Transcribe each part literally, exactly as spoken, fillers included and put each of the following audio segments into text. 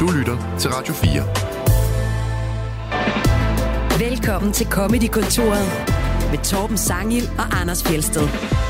Du lytter til Radio fire. Velkommen til Comedy-kontoret med Torben Sangil og Anders Fjeldsted.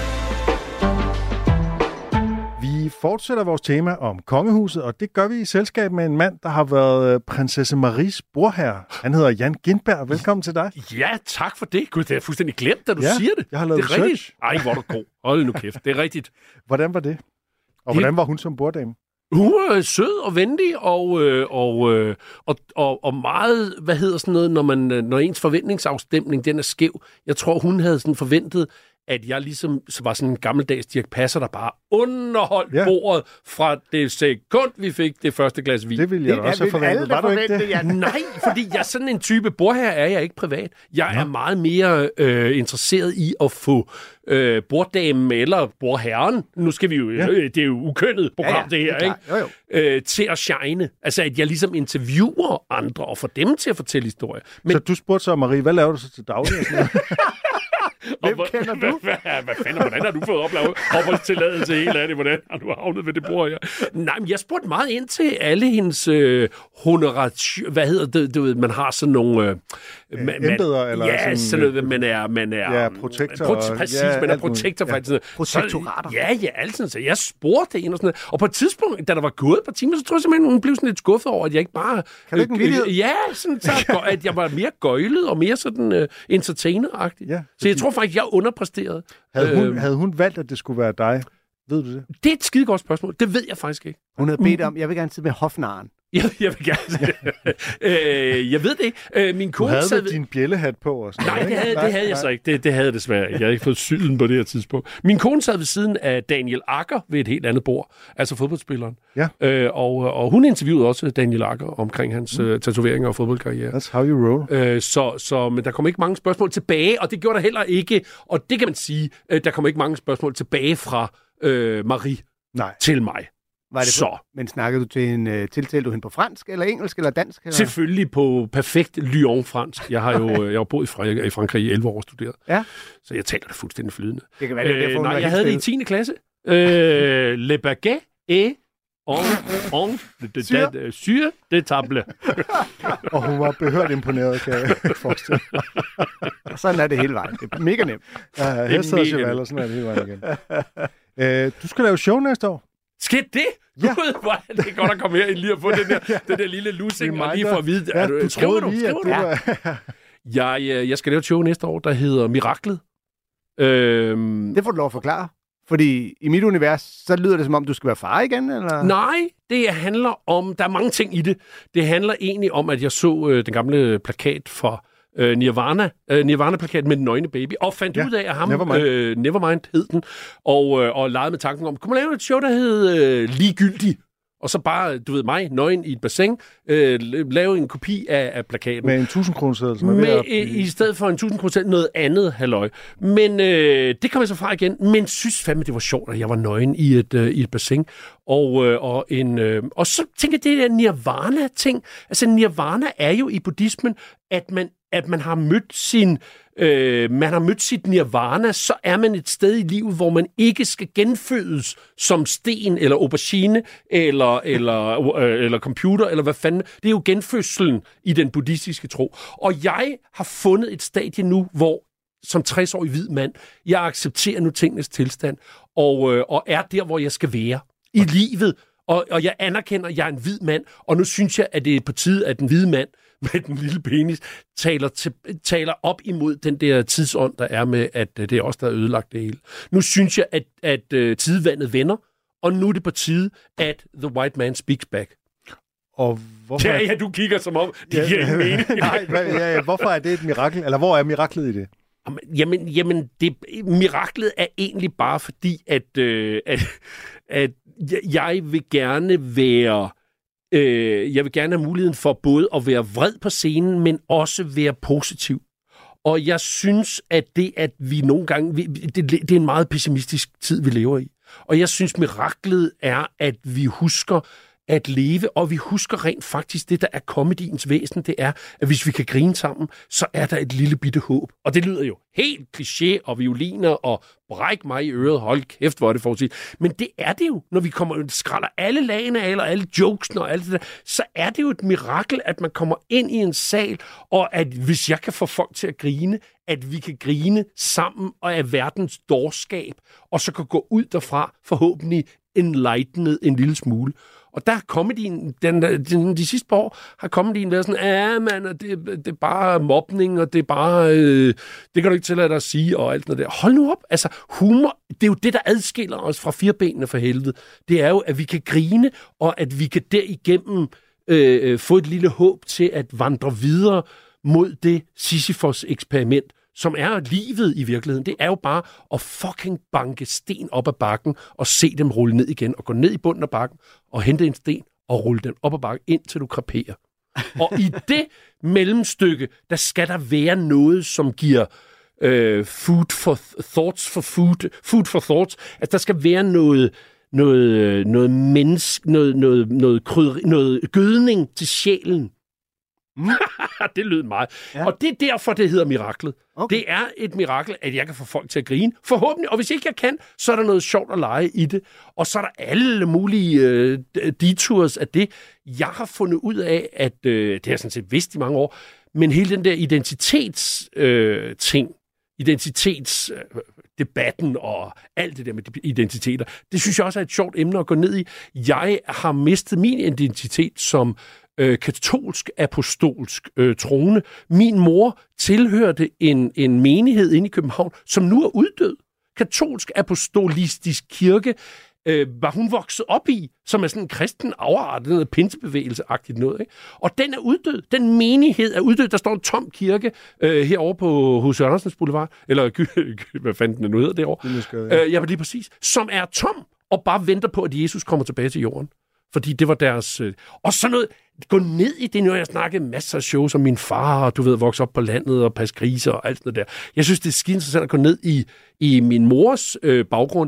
Vi fortsætter vores tema om kongehuset, og det gør vi i selskab med en mand, der har været prinsesse Maries brorherre. Han hedder Jan Gintberg. Velkommen til dig. Ja, tak for det. Gud, det er fuldstændig glemt, da du ja, siger det. Jeg har lavet det er rigtigt. Ej, hvor er du god. Hold nu kæft. Det er rigtigt. Hvordan var det? Og det... hvordan var hun som borddame? Hun var sød og venlig og, øh, og, øh, og, og, og meget, hvad hedder sådan noget, når, man, når ens forventningsafstemning den er skæv. Jeg tror, hun havde sådan forventet, at jeg ligesom var sådan en gammeldags Dirch Passer, der bare underholdt ja. bordet fra det sekund, vi fik det første glas vin. Det ville jeg det, også have forventet. Var du ikke det? Ja. Nej, fordi jeg er sådan en type bordherre, er jeg ikke privat. Jeg ja. er meget mere øh, interesseret i at få øh, borddamen eller bordherren, nu skal vi jo, ja. øh, det er jo ukønnet program, ja, ja. det her, det ikke? Jo, jo. Øh, til at shine. Altså, at jeg ligesom interviewer andre og får dem til at fortælle historier. Men... Så du spurgte så, Marie, hvad laver du så til daglig? Hvem hvor, kender du? Hvad, hvad, hvad fanden, hvordan har du fået oplavet opholdstilladelse hele af det? Hvordan har du havnet ved det bord her? Nej, men jeg spurgte meget ind til alle hendes øh, honoration... Hvad hedder det? Du ved, man har sådan nogle... Øh, man, Embeder, eller ja, sådan... sådan noget, man er... Man er ja, protektor. Pro, præcis, ja, man er protektor for altid. Protektorater. Ja, ja, altid. Så jeg spurgte hende og sådan noget. Og på et tidspunkt, da der var gået et par timer, så tror jeg simpelthen, hun blev sådan lidt skuffet over, at jeg ikke bare... Kan du ikke en vildhed? Øh, ja, sådan, så, at jeg var mere gøjlet og mere sådan øh, entertainer-agtig. Ja, så jeg tror faktisk, jeg underpræsterede. Havde hun, øhm, havde hun valgt, at det skulle være dig? Ved du det? Det er et skide godt spørgsmål. Det ved jeg faktisk ikke. Hun havde bedt om, jeg vil gerne sidde med hofnaren. Jeg, jeg vil gerne øh, Jeg ved det ikke. Øh, min kone du havde sad... din bjællehat på og sådan Nej, noget, det havde, nej, det havde nej. jeg så ikke. Det, det havde jeg desværre ikke. Jeg havde ikke fået syden på det her tidspunkt. Min kone sad ved siden af Daniel Agger ved et helt andet bord. Altså fodboldspilleren. Ja. Øh, og, og hun interviewede også Daniel Agger omkring hans mm. uh, tatoveringer og fodboldkarriere. That's how you roll. Øh, så, så, men der kom ikke mange spørgsmål tilbage, og det gjorde der heller ikke. Og det kan man sige, øh, der kom ikke mange spørgsmål tilbage fra øh, Marie Nej. til mig. Var det så. På, men snakkede du til en, uh, tiltalte du hende på fransk, eller engelsk, eller dansk? Eller? Selvfølgelig på perfekt Lyon-fransk. Jeg har jo jeg har boet i Frankrig, i Frankrig i elleve år og studeret. Ja. Så jeg taler det fuldstændig flydende. Det kan være, det er derfor, øh, nej, jeg havde det i tiende klasse. Øh, le baguette et on, on de, de, de, de, syre de table. Og hun var behørt imponeret, kan jeg forestille. Sådan er det hele vejen. Det er mega nemt. Ja, hester og cheval, og sådan er det hele vejen igen. øh, du skal lave show næste år. Skal det? Ja. Gud, hvor er det godt at komme her ind lige og få den der, ja. den der lille lussing, og lige for at vide, ja, er du, du skriver du? Lige, Skriver du? Ja. Jeg, jeg skal lave et show næste år, der hedder Miraklet. Øhm, det får du lov at forklare. Fordi i mit univers, så lyder det som om, du skal være far igen, eller? Nej, det handler om... Der er mange ting i det. Det handler egentlig om, at jeg så øh, den gamle plakat for øh, Nirvana. Øh, Nirvana-plakat med den nøgne baby. Og fandt ja. ud af, at ham... Nevermind, øh, Nevermind hed den. Og, øh, og legede med tanken om, kunne man lave et show, der hed øh, Ligegyldig? Og så bare, du ved mig, nøgen i et bassin, øh, lave en kopi af, af plakaten. Med en tusind kroner seddel, som er med, at... i, I stedet for en tusind kroner seddel, noget andet halløj. Men øh, det kom jeg så fra igen. Men synes fandme, det var sjovt, at jeg var nøgen i et, øh, i et bassin. Og, øh, og, en, øh, og så tænker jeg, det der nirvana-ting. Altså, nirvana er jo i buddhismen, at man, at man har mødt sin... Øh, man har mødt sit nirvana, så er man et sted i livet, hvor man ikke skal genfødes som sten, eller aubergine, eller, eller, øh, eller computer, eller hvad fanden. Det er jo genfødslen i den buddhistiske tro. Og jeg har fundet et stadie nu, hvor som tres-årig hvid mand, jeg accepterer nu tingenes tilstand, og, øh, og er der, hvor jeg skal være i livet. Og, og jeg anerkender, at jeg er en hvid mand, og nu synes jeg, at det er på tide, at den hvide mand med den lille penis taler, til, taler op imod den der tidsånd, der er med, at det er os, der har ødelagt det hele. Nu synes jeg, at, at, at tidevandet vender, og nu er det på tide, at the white man speaks back. Og hvorfor... Ja, ja, du kigger som om, det ja, giver ikke mening. Nej, ja, ja, hvorfor er det et mirakel? Eller hvor er miraklet i det? Jamen, jamen det, miraklet er egentlig bare fordi, at, øh, at, at jeg vil gerne være... Øh, jeg vil gerne have muligheden for både at være vred på scenen, men også være positiv. Og jeg synes, at det, at vi nogle gange... Vi, det, det er en meget pessimistisk tid, vi lever i. Og jeg synes, miraklet er, at vi husker, at leve, og vi husker rent faktisk, det der er komediens væsen, det er, at hvis vi kan grine sammen, så er der et lille bitte håb. Og det lyder jo helt kliché og violiner og bræk mig i øret, hold kæft, hvor er det forudsigeligt. Men det er det jo, når vi kommer skræller alle lagene af, eller alle jokesene og alt det der, så er det jo et mirakel, at man kommer ind i en sal, og at hvis jeg kan få folk til at grine, at vi kan grine sammen og er verdens dårskab, og så kan gå ud derfra forhåbentlig enlightened en lille smule. Og der er comedyen, den, den, de sidste par år har comedyen været sådan, ja, man, det, det er bare mobning, og det er bare, øh, det kan du ikke tillade dig at sige, og alt noget der. Hold nu op, altså humor, det er jo det, der adskiller os fra firbenene for helvede. Det er jo, at vi kan grine, og at vi kan derigennem øh, få et lille håb til at vandre videre mod det Sisyfos-eksperiment, som er livet i virkeligheden. Det er jo bare at fucking banke sten op ad bakken og se dem rulle ned igen, og gå ned i bunden af bakken og hente en sten og rulle den op ad bakken, indtil du kreperer. Og i det mellemstykke, der skal der være noget, som giver øh, food for thoughts for food, food for thoughts. Altså, der skal være noget noget, noget menneske, noget, noget, noget, krydder, noget gødning til sjælen. Mm. Det lød meget. Ja. Og det er derfor, det hedder miraklet. Okay. Det er et mirakel, at jeg kan få folk til at grine. Forhåbentlig. Og hvis ikke jeg kan, så er der noget sjovt at lege i det. Og så er der alle mulige øh, detours af det. Jeg har fundet ud af, at øh, det har jeg sådan set vidst i mange år, men hele den der identitetsting, øh, ting, identitetsdebatten og alt det der med identiteter, det synes jeg også er et sjovt emne at gå ned i. Jeg har mistet min identitet som øh, katolsk, apostolsk øh, troende. Min mor tilhørte en, en menighed inde i København, som nu er uddød. Katolsk apostolistisk kirke øh, var hun vokset op i, som er sådan en kristen afart, noget pinsebevægelse-agtigt noget. Ikke? Og den er uddød. Den menighed er uddød. Der står en tom kirke øh, herovre på H C Andersens Boulevard, eller hvad fanden den nu hedder derovre. Ja. Øh, ja, lige præcis. Som er tom, og bare venter på, at Jesus kommer tilbage til jorden. Fordi det var deres... Øh... Og sådan noget... Gå ned i det nu, jeg snakkede masser af shows om min far, og du ved, vokse op på landet og passe griser og alt sådan noget der. Jeg synes, det er skide interessant at gå ned i, i min mors øh, baggrund.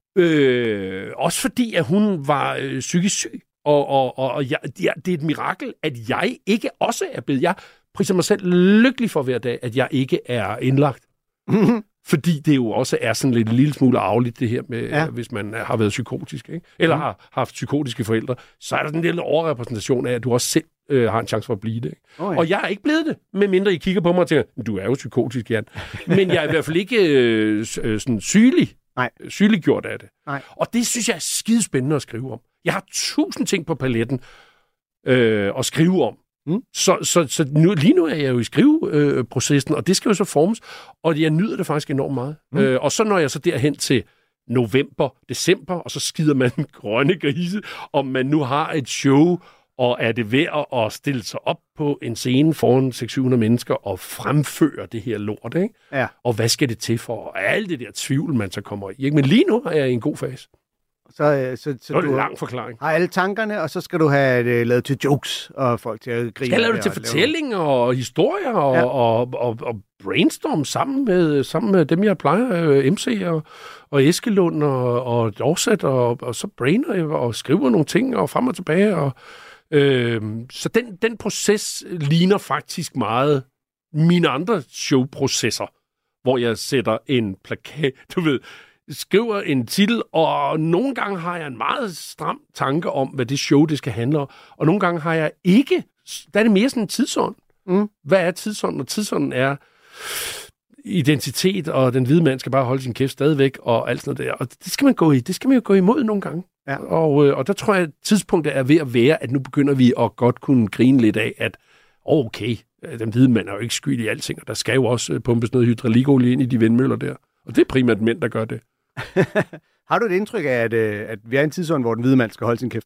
Øh, også fordi, at hun var øh, psykisk syg. Og, og, og, og jeg, ja, det er et mirakel, at jeg ikke også er blevet... Jeg priser mig selv lykkelig for hver dag, at jeg ikke er indlagt. Mm-hmm. Fordi det jo også er sådan lidt en lille smule arveligt, det her med, ja. Hvis man har været psykotisk, ikke? Eller mm. har haft psykotiske forældre, så er der den lille overrepræsentation af, at du også selv øh, har en chance for at blive det. Ikke? Oh, ja. Og jeg er ikke blevet det, medmindre I kigger på mig og tænker, du er jo psykotisk, Jan. Men jeg er i hvert fald ikke øh, sådan sygelig, Nej. sygeliggjort af det. Nej. Og det synes jeg er skidespændende at skrive om. Jeg har tusind ting på paletten øh, at skrive om. Mm. Så, så, så nu, lige nu er jeg jo i skriveprocessen, øh, og det skal jo så formes, og jeg nyder det faktisk enormt meget. Mm. Øh, og så når jeg så derhen til november, december, og så skider man grønne grise, om man nu har et show, og er det værd at stille sig op på en scene foran seks til syv hundrede mennesker og fremføre det her lort, ikke? Ja. Og hvad skal det til for? Og alt det der tvivl, man så kommer i. Ikke? Men lige nu er jeg i en god fase. Så, så, så det er en lang forklaring. Har alle tankerne, og så skal du have det lavet til jokes, og folk til at grine. Skal jeg lave det til fortællinger og historier, og, ja. og, og, og, og brainstorm sammen med, sammen med dem, jeg plejer, M C og, og Eskelund og, og Dorset, og, og så brainer jeg og skriver nogle ting, og frem og tilbage. Og, øh, så den, den proces ligner faktisk meget mine andre showprocesser, hvor jeg sætter en plakat, du ved, skriver en titel, og nogle gange har jeg en meget stram tanke om, hvad det show, det skal handle om, og nogle gange har jeg ikke. Der er det mere sådan en tidsånd. Mm. Hvad er tidsånden? Og tidsånden er identitet, og den hvide mand skal bare holde sin kæft stadigvæk, og alt sådan noget der. Og det skal man gå i. Det skal man jo gå imod nogle gange. Ja. Og, og der tror jeg, at tidspunktet er ved at være, at nu begynder vi at godt kunne grine lidt af, at okay, den hvide mand er jo ikke skyld i alting, og der skal jo også pumpes noget hydraulikolie ind i de vindmøller der. Og det er primært mænd, der gør det. Har du et indtryk af, at, at vi er i en tidszone, hvor den hvide mand skal holde sin kæft?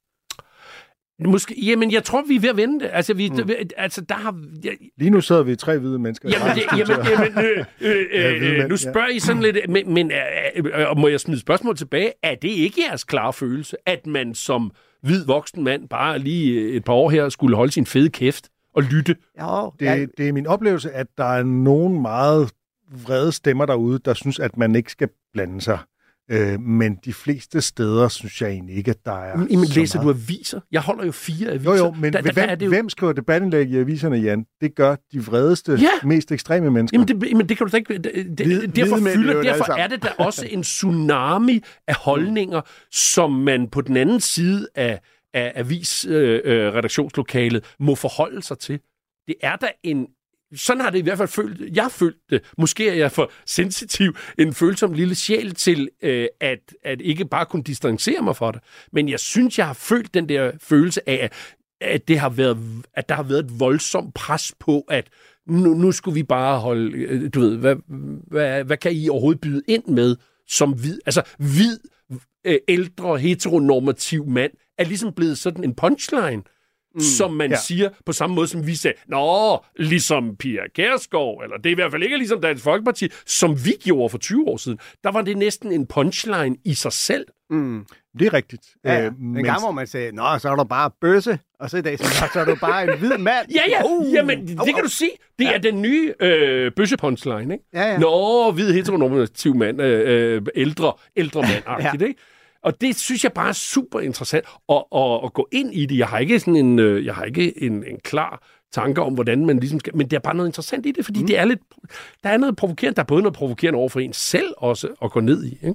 Måske, jamen, jeg tror, vi er ved at vende det. Altså, vi, mm. altså der har... Jeg... Lige nu sidder vi tre hvide mennesker. Jamen, det, jamen, jamen øh, øh, øh, øh, nu spørger I sådan lidt, men, men øh, øh, må jeg smide spørgsmål tilbage? Er det ikke jeres klare følelse, at man som hvid voksen mand bare lige et par år her skulle holde sin fede kæft og lytte? Jo, det, det er min oplevelse, at der er nogen meget vrede stemmer derude, der synes, at man ikke skal blande sig. Øh, men de fleste steder, synes jeg egentlig ikke, at der er Jamen, så læser meget. du aviser? Jeg holder jo fire aviser. Jo, jo, men der, der, hvem, der er det jo... hvem skriver debatindlæg i aviserne, Jan? Det gør de vredeste, Ja. mest ekstreme mennesker. Jamen det, men det kan du da ikke... Det, det, Hvide- derfor hvide mænd fylder, er jo det derfor alle er det da også en tsunami af holdninger, som man på den anden side af, af avisredaktionslokalet øh, øh, må forholde sig til. Det er da en... Sådan har det i hvert fald følt. Jeg har følt det. Måske er jeg for sensitiv, en følsom lille sjæl til øh, at, at ikke bare kunne distancere mig fra det. Men jeg synes, jeg har følt den der følelse af, at, at, det har været, at der har været et voldsomt pres på, at nu, nu skulle vi bare holde... Øh, du ved, hvad, hvad, hvad kan I overhovedet byde ind med som hvid? Altså, hvid, øh, ældre, heteronormativ mand er ligesom blevet sådan en punchline. Mm, som man ja. siger på samme måde, som vi sagde, nå, ligesom Pia Kjærsgaard, eller det er i hvert fald ikke ligesom Dansk Folkeparti, som vi gjorde for tyve år siden. Der var det næsten en punchline i sig selv. Mm. Det er rigtigt. Ja, ja. Øh, En men- gang, hvor man sagde, nå, så er du bare bøsse, og så i dag, så, så er du bare en hvid mand. Ja, ja, Uh, jamen, det au, kan au. du sige. Det ja. er den nye øh, bøsse-punchline, ikke? Ja, ja. Nå, hvid heteronormativ mand, øh, øh, ældre, ældre mand-agtigt, Ja. ikke? Og det synes jeg bare er super interessant at, at, at gå ind i det. Jeg har ikke sådan en, øh, jeg har ikke en, en klar tanke om, hvordan man ligesom skal... Men det er bare noget interessant i det, fordi mm. det er lidt... Der er noget provokerende. Der er både noget provokerende over for en selv også at gå ned i, ikke?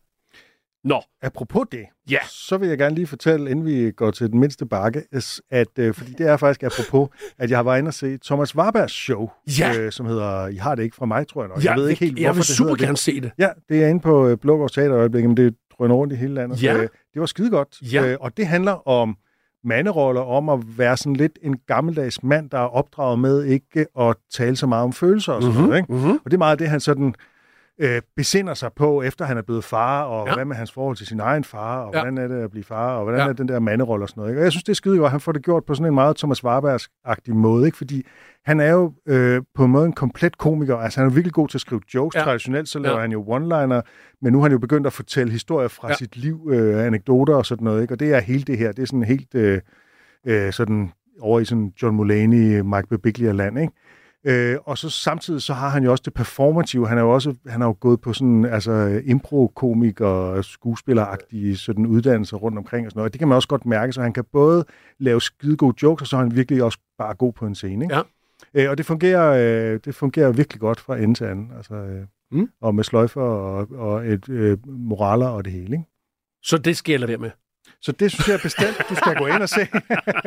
Nå. Apropos det, Ja. så vil jeg gerne lige fortælle, inden vi går til den mindste bakke, at, øh, fordi det er faktisk apropos, at jeg har været inde og se Thomas Warbergs show, Ja. øh, som hedder I har det ikke fra mig, tror jeg nok. Jeg, jeg ved ikke helt, jeg hvorfor vil det super hedder gerne se det. det. Ja, det er inde på øh, Blågårds Teater i øjeblikket, men det drøner rundt i hele landet. Ja. Øh, det var skide godt. Ja. Øh, og det handler om manderoller, om at være sådan lidt en gammeldags mand, der er opdraget med ikke at tale så meget om følelser og sådan Mhm, noget. Ikke? mhm. Og det er meget det, han sådan øh, besinder sig på, efter han er blevet far, og Ja. ja. hvad med hans forhold til sin egen far, og Ja. hvordan er det at blive far, og hvordan Ja. er den der manderolle og sådan noget. Ikke? Og jeg synes, det er skide godt, han får det gjort på sådan en meget Thomas Warbergs-agtig måde, ikke? Fordi han er jo øh, på en måde en komplet komiker. Altså, han er virkelig god til at skrive jokes. Ja. Ja. Traditionelt så laver Ja. han jo one-liner, men nu har han jo begyndt at fortælle historier fra Ja. ja. sit liv, øh, anekdoter og sådan noget, ikke? Og det er hele det her. Det er sådan helt øh, øh, sådan over i sådan John Mulaney, Mike Birbiglia-land, ikke? Øh, og så samtidig så har han jo også det performative. Han er jo også han har jo gået på sådan altså impro-komik og skuespilleragtige sådan uddannelser rundt omkring og sådan noget. Og det kan man også godt mærke, så han kan både lave skide gode jokes, og så er han virkelig også bare god på en scene, ikke? Ja. Øh, og det fungerer øh, det fungerer virkelig godt fra ende til anden. Altså øh, Mm. og med sløjfer og, og et øh, moraler og det hele, ikke? Så det skal jeg lade være med. Så det synes jeg bestemt, du skal gå ind og se.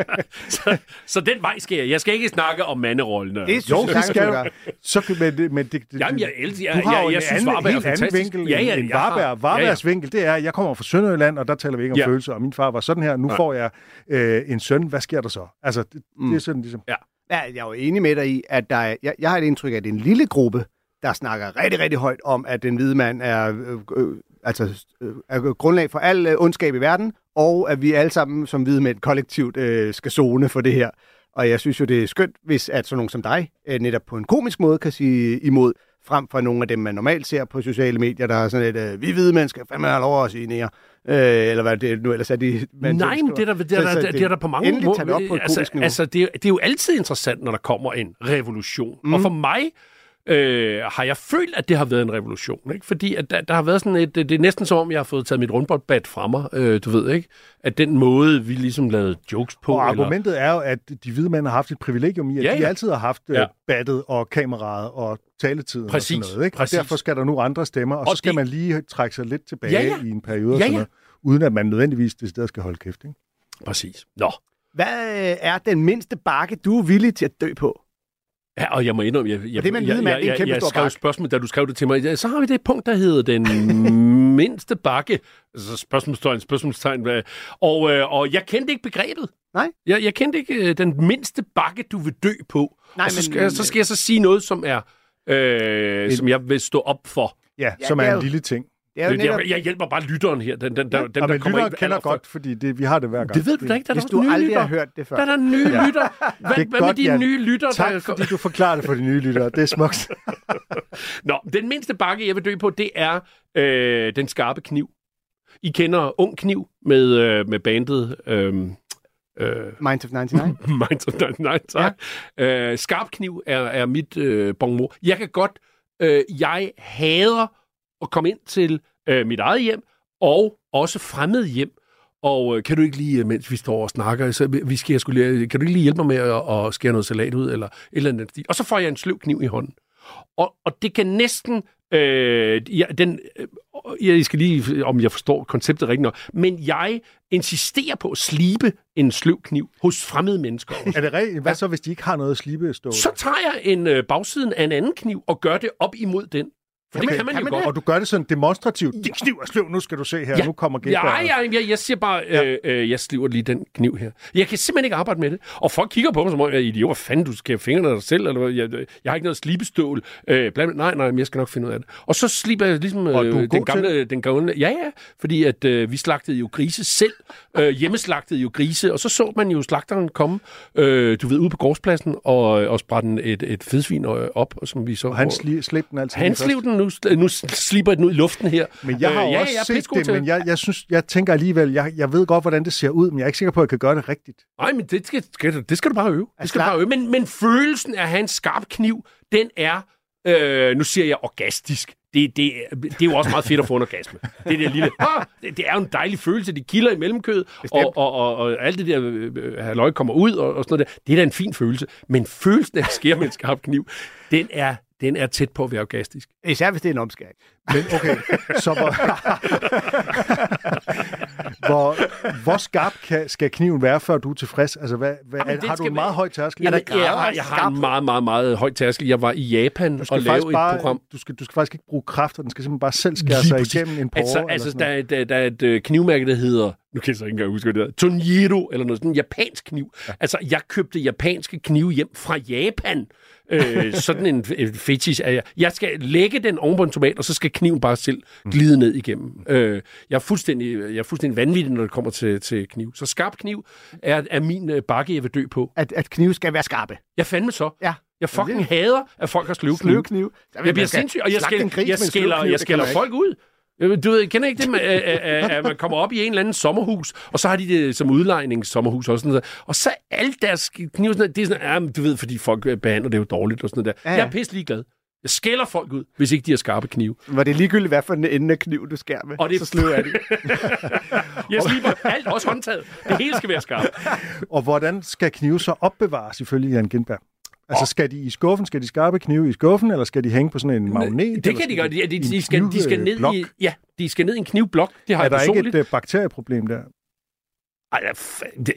så, så den vej skal jeg. Jeg skal ikke snakke om manderollen. Det synes Jo, jeg det sagtens, skal du du. gør. Så kan men, det- men det, det, Jamen, jeg elsker... Jeg, du har jeg, jo jeg, en synes, anden, Varberg er helt anden fantastisk. vinkel Ja, ja, end jeg har- Varberg. Varbergs ja, ja. vinkel, det er, jeg kommer fra Sønderjylland, og der taler vi ikke om Ja. følelser, og min far var sådan her, nu Nej. får jeg øh, en søn, hvad sker der så? Altså, det, Mm. det er sådan ligesom... Ja, jeg er jo enig med dig i, at der er, jeg, jeg har et indtryk af, at det er en lille gruppe, der snakker rigtig, rigtig højt om, at den hvide mand er, øh, øh, altså, øh, er grundlag for al øh, ondskab i verden, og at vi alle sammen som hvide mænd kollektivt øh, skal zone for det her. Og jeg synes jo, det er skønt, hvis at sådan nogen som dig øh, netop på en komisk måde kan sige imod, frem for nogle af dem, man normalt ser på sociale medier, der er sådan et, øh, vi hvide mænd skal fandme have lov at sige nære. Øh, eller hvad det nu ellers er de... Nej, men det er der, det er der, Så- så det, det er der på mange endelig tage det op på et altså, komisk niveau. altså, det, er, det er jo altid interessant, når der kommer en revolution. Mm. Og for mig øh, har jeg følt, at det har været en revolution. Ikke? Fordi at der, der har været sådan et... Det er næsten som om, jeg har fået taget mit rundboldbat fra mig. Øh, du ved ikke? At den måde, vi ligesom lavede jokes på... Og eller, argumentet er jo, at de hvide mænd har haft et privilegium i, at Ja, de ja. altid har haft Ja. ja. battet og kameraet og taletiden Præcis, og sådan noget. Ikke? præcis. Og derfor skal der nu andre stemmer, og, Og og så skal det- man lige trække sig lidt tilbage Ja, ja. i en periode, og Ja, sådan ja. noget, uden at man nødvendigvis det sted skal holde kæft. Ikke? Præcis. Nå. Hvad øh, er den mindste bakke, du er villig til at dø på? Ja, og jeg må indrømme, jeg, jeg, det med en jeg, hvid mand, jeg, det er en jeg, kæmpe jeg stor skrev bakke. spørgsmål, da du skrev det til mig. Ja, så har vi det punkt, der hedder den mindste bakke. Altså spørgsmålstegn, spørgsmålstegn. hvad- Og, øh, og jeg kendte ikke begrebet. Nej. Jeg, jeg kendte ikke øh, den mindste bakke, du vil dø på. Nej, og så men- skal, jeg, så skal jeg så sige noget, som er øh, Et- som jeg vil stå op for. Ja, Ja, som det er er en jo- lille ting. Det er jo Jeg, netop, jeg, jeg hjælper bare lytteren her. Den, den, der, den, Og der men kommer lyttere ind kender allerførst. godt, fordi det, vi har det hver gang. Det ved du da ikke, der er hvis der du også nye aldrig lytter. har hørt det før. Der er der nye Ja. lytter. Hvad, Det er hvad godt, med de Jan. nye lytter? Tak, der- fordi du forklarer det for de nye lyttere. Det er smukt. Nå, den mindste bakke, jeg vil dø på, det er øh, den skarpe kniv. I kender Ung Kniv med, øh, med bandet øh, øh, Minds of nioghalvfems. Minds of nioghalvfems, tak. Ja. Øh, skarp kniv er, er mit øh, bonmor. Jeg kan godt, øh, jeg hader at komme ind til øh, mit eget hjem, og også fremmed hjem. Og øh, kan du ikke lige, mens vi står og snakker, så vi skal, jeg skulle, kan du ikke lige hjælpe mig med at, at skære noget salat ud, eller et eller andet stil? Og så får jeg en sløv kniv i hånden. Og, og det kan næsten... Øh, ja, den, øh, jeg skal lige, om jeg forstår konceptet rigtigt nok, men jeg insisterer på at slibe en sløv kniv hos fremmede mennesker. Er det rigtigt? Hvad så, hvis de ikke har noget at slibe stå? Så tager jeg en øh, bagsiden af en anden kniv og gør det op imod den. For okay, det kan man kan jo man godt. Og du gør det sådan demonstrativt. Din kniv er sløv, nu skal du se her. Ja. Nu kommer Gæt. Ja, ja, ja, jeg siger bare, ja. øh, øh, jeg sliver lige den kniv her. Jeg kan simpelthen ikke arbejde med det. Og folk kigger på mig som om, jeg er idiot. Hvad fanden, du skal fingrene af dig selv? Eller jeg, jeg har ikke noget slibestål. Øh, nej, nej, men jeg skal nok finde ud af det. Og så sliber jeg ligesom øh, den, gamle, den gamle... Ja, ja, fordi at øh, vi slagtede jo grise selv. Øh, hjemmeslagtede jo grise. Og så så man jo slagteren komme, øh, du ved, ude på gårdspladsen og, og sprætte et, et fedsvin op. Som vi så, og han sli, slip den altid. Han slip den nu... nu slipper den ud i luften her. Men jeg har øh, også ja, set det, til. men jeg, jeg, synes, jeg tænker alligevel, jeg, jeg ved godt, hvordan det ser ud, men jeg er ikke sikker på, at jeg kan gøre det rigtigt. Nej, men det skal, skal, det skal du bare øve. Det skal du bare øve. Men, men følelsen af at have en skarp kniv, den er, øh, nu siger jeg orgastisk. Det, det, det er jo også meget fedt at få en orgasme. Det, er det, lille, ah, det, det er jo en dejlig følelse. De kilder i mellemkødet, og, og, og, og alt det der øh, halløj kommer ud, og, og sådan noget der. Det er da en fin følelse. Men følelsen af at skære med en skarp kniv, den er Den er tæt på at være orgastisk. Især hvis det er en omskæring. Men okay, så hvor, hvor, hvor skarp kan, skal kniven være, før du er tilfreds? Altså, hvad, hvad, Jamen, har du en meget høj tærskel? Jamen, jeg, jeg, jeg har en meget, meget, meget høj tærskel. Jeg var i Japan og lavede et bare, program. Du skal, du skal faktisk ikke bruge kræfter. Den skal simpelthen bare selv skære sig igennem en porre. Altså, altså der, der, der er et knivmærke, der hedder... Nu kan jeg så ikke engang huske, hvad det hedder. Tonjiro, eller noget sådan en japansk kniv. Ja. Altså, jeg købte japanske knive hjem fra Japan. øh, sådan en, en fetish. Jeg, jeg skal lægge den oven på en tomat, og så skal kniven bare selv glide ned igennem. Mm. Øh, jeg, er fuldstændig, jeg er fuldstændig vanvittig, når det kommer til, til kniv. Så skarp kniv er, er min øh, bakke, jeg vil dø på. At, at knive skal være skarpe? Jeg fandme så. Ja. Jeg fucking hader, at folk har sløvkniv. Sløvkniv. Jeg bliver sindssyg, og jeg, skal, jeg skælder, jeg skælder folk ud. Du ved, kender ikke det, med, at, at man kommer op i en eller anden sommerhus, og så har de det som udlejningssommerhus og sådan noget. Og så alt deres knive, det er sådan, ja, du ved, fordi folk behandler det jo dårligt og sådan noget der. Ja, ja. Jeg er pisse ligeglad. Jeg skælder folk ud, hvis ikke de har skarpe knive. Var det ligegyldigt, hvad for en ende af kniv, du skærer med? Og det så sløver jeg det. Jeg sliber alt, også håndtaget. Det hele skal være skarpt. Og hvordan skal knive så opbevares, ifølge Jan Gintberg? Altså, skal de i skuffen? Skal de skarpe knive i skuffen, eller skal de hænge på sådan en magnet? Det kan de godt. De, de, de, skal, de skal ned i, ja, de skal ned i en knivblok. Det har er jeg der personligt. ikke et uh, bakterieproblem der? Ej, det,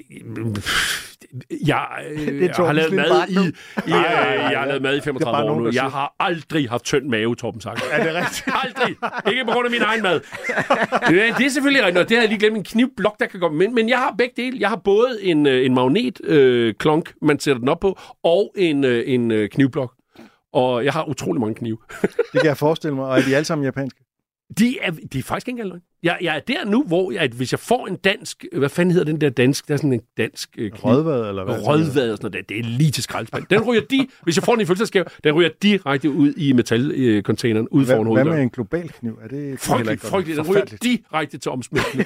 jeg, øh, jeg har lavet mad i, i, øh, jeg har lavet mad i femogtredive år nu. Jeg har aldrig haft tynd mave, Torben Sange. Er det rigtigt? Aldrig. Ikke på grund af min egen mad. Det, det er selvfølgelig rigtigt, og det har jeg lige glemt. En knivblok, der kan gå med. Men jeg har begge dele. Jeg har både en, en magnet øh, klonk, man sætter den op på, og en, øh, en øh, knivblok. Og jeg har utrolig mange knive. Det kan jeg forestille mig. Og er de alle sammen japanske? De er, de er faktisk ikke engang. Jeg, jeg er der nu, hvor jeg, hvis jeg får en dansk... Hvad fanden hedder den der dansk? Der er sådan en dansk øh, kniv. Rødvad, eller hvad? Rødvad og sådan noget. Det er lige til skraldespand. Den ryger de, hvis jeg får den i fødselsdagsgave, den ryger direkte ud i metalcontaineren ude foran hovedet. Hvad med en global kniv? Er det frygteligt, frygteligt. Den ryger direkte til omsmeltning.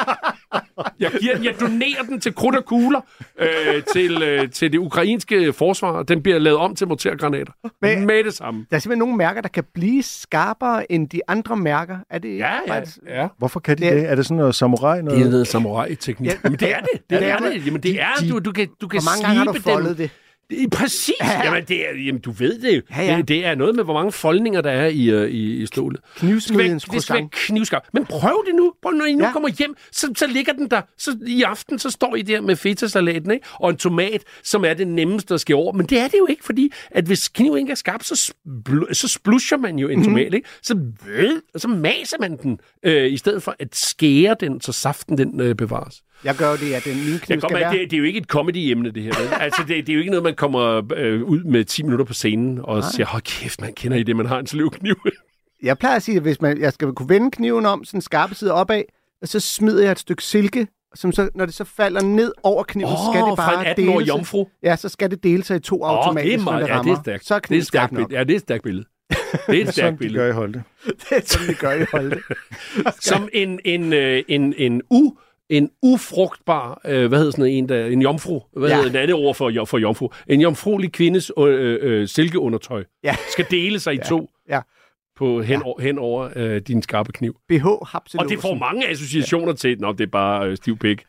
Jeg giver den, jeg donerer den til krudt og kugler øh, til, øh, til det ukrainske forsvar. Den bliver lavet om til mortergranater. Men, med det samme. Der er simpelthen nogle mærker, der kan blive skarpere end de andre mærker. Er det ja, ja, ja. Hvorfor kan de det? det? Er det sådan noget samurai? Noget? Det er noget samurai-teknik. Ja, men det er det. Det, det er det. Jamen, det er, du, du kan, du kan hvor mange gange har du foldet det? Præcis. Ja, ja. Jamen, det er, jamen, du ved det jo. Ja, ja. Det, det er noget med, hvor mange foldninger der er i, uh, i, i stålet. Knivsmedens croissant. Det skal være knivskarp. Men prøv det nu. Prøv, når I nu ja. kommer hjem, så, så ligger den der. Så i aften, så står I der med fetasalaten, ikke? Og en tomat, som er det nemmeste at skære over. Men det er det jo ikke, fordi at hvis kniven ikke er skarp, så, spl- så splusher man jo en mm. tomat, ikke? Så, øh, så maser man den, øh, i stedet for at skære den, så saften den øh, bevares. Jeg gør det, at den nye kniv skal være... Det, det er jo ikke et comedy-emne, det her. Altså, det, det er jo ikke noget, man kommer øh, ud med ti minutter på scenen og Nej. siger, hold kæft, man kender I det, man har en sløv kniv. Jeg plejer at sige, at hvis man, jeg skal kunne vende kniven om, sådan skarpe side opad, og så smider jeg et stykke silke, som så, når det så falder ned over kniven, oh, skal det bare fra en atten-årig jomfru. Ja, så skal det dele sig i to oh, automatisk, det er meget, når det rammer. Ja, det er stærkt. Så er kniven skarp nok. Ja, det er et stærkt billede. Det er et stærkt billede. Det er sådan, de gør i Holte. Det er sådan, de gør i Holte. Som en, en, en, en, en u... En ufrugtbar, øh, hvad hedder sådan en, der, en jomfru, hvad ja. hedder det andet ord for, for jomfru? En jomfruelig kvindes øh, øh, silkeundertøj ja. skal dele sig i ja. to. Ja. på hen, ja. over, hen over øh, din skarpe kniv. B H Hapselåsen. Og det får mange associationer ja. til, når det er bare øh, stiv pik.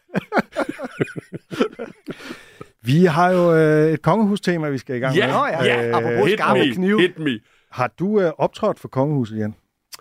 Vi har jo øh, et kongehustema, vi skal i gang ja, med. Ja, ja. Øh, apropos skarpe me, kniv. Hit me. Har du øh, optrådt for kongehuset, Jan?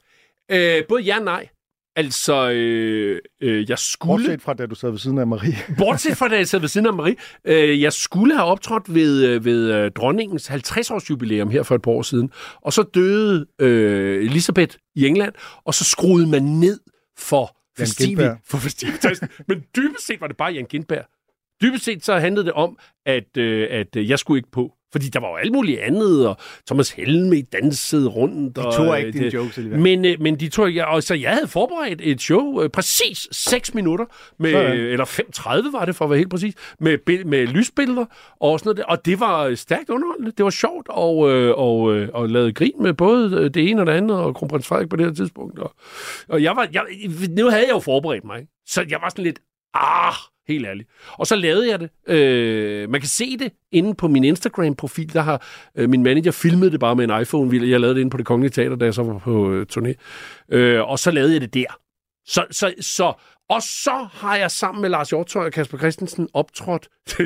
Øh, både ja og nej. Altså, øh, øh, jeg skulle... Bortset fra, da du sad ved siden af Marie. Bortset fra, da jeg sad ved siden af Marie. Øh, jeg skulle have optrådt ved, ved øh, dronningens halvtreds-års jubilæum her for et par år siden. Og så døde øh, Elisabeth i England, og så skruede man ned for festivitas. For festivitas. Men dybest set var det bare Jan Gintberg. Dybest set så handlede det om, at, øh, at jeg skulle ikke på. Fordi der var jo alt muligt andet, og Thomas Helme dansede rundt. De tog og, ikke dine jokes alligevel. Men, øh, men de tog ikke. Og så jeg havde forberedt et show, øh, præcis seks minutter, med, øh, eller fem tredive var det for at være helt præcis, med, med lysbilleder og sådan noget. Og det var stærkt underholdende. Det var sjovt, og, øh, og, øh, og lavede grin med både det ene og det andet, og kronprins Frederik på det her tidspunkt. Og, og jeg var, jeg, nu havde jeg jo forberedt mig, så jeg var sådan lidt, ah... Helt ærligt. Og så lavede jeg det. Øh, man kan se det inde på min Instagram-profil. Der har øh, min manager filmet det bare med en iPhone. Jeg lavede det inde på Det Kongelige Teater, da jeg så var på øh, turné. Øh, og så lavede jeg det der. Så, så, så, og så har jeg sammen med Lars Hjortøj og Kasper Christensen optrådt til,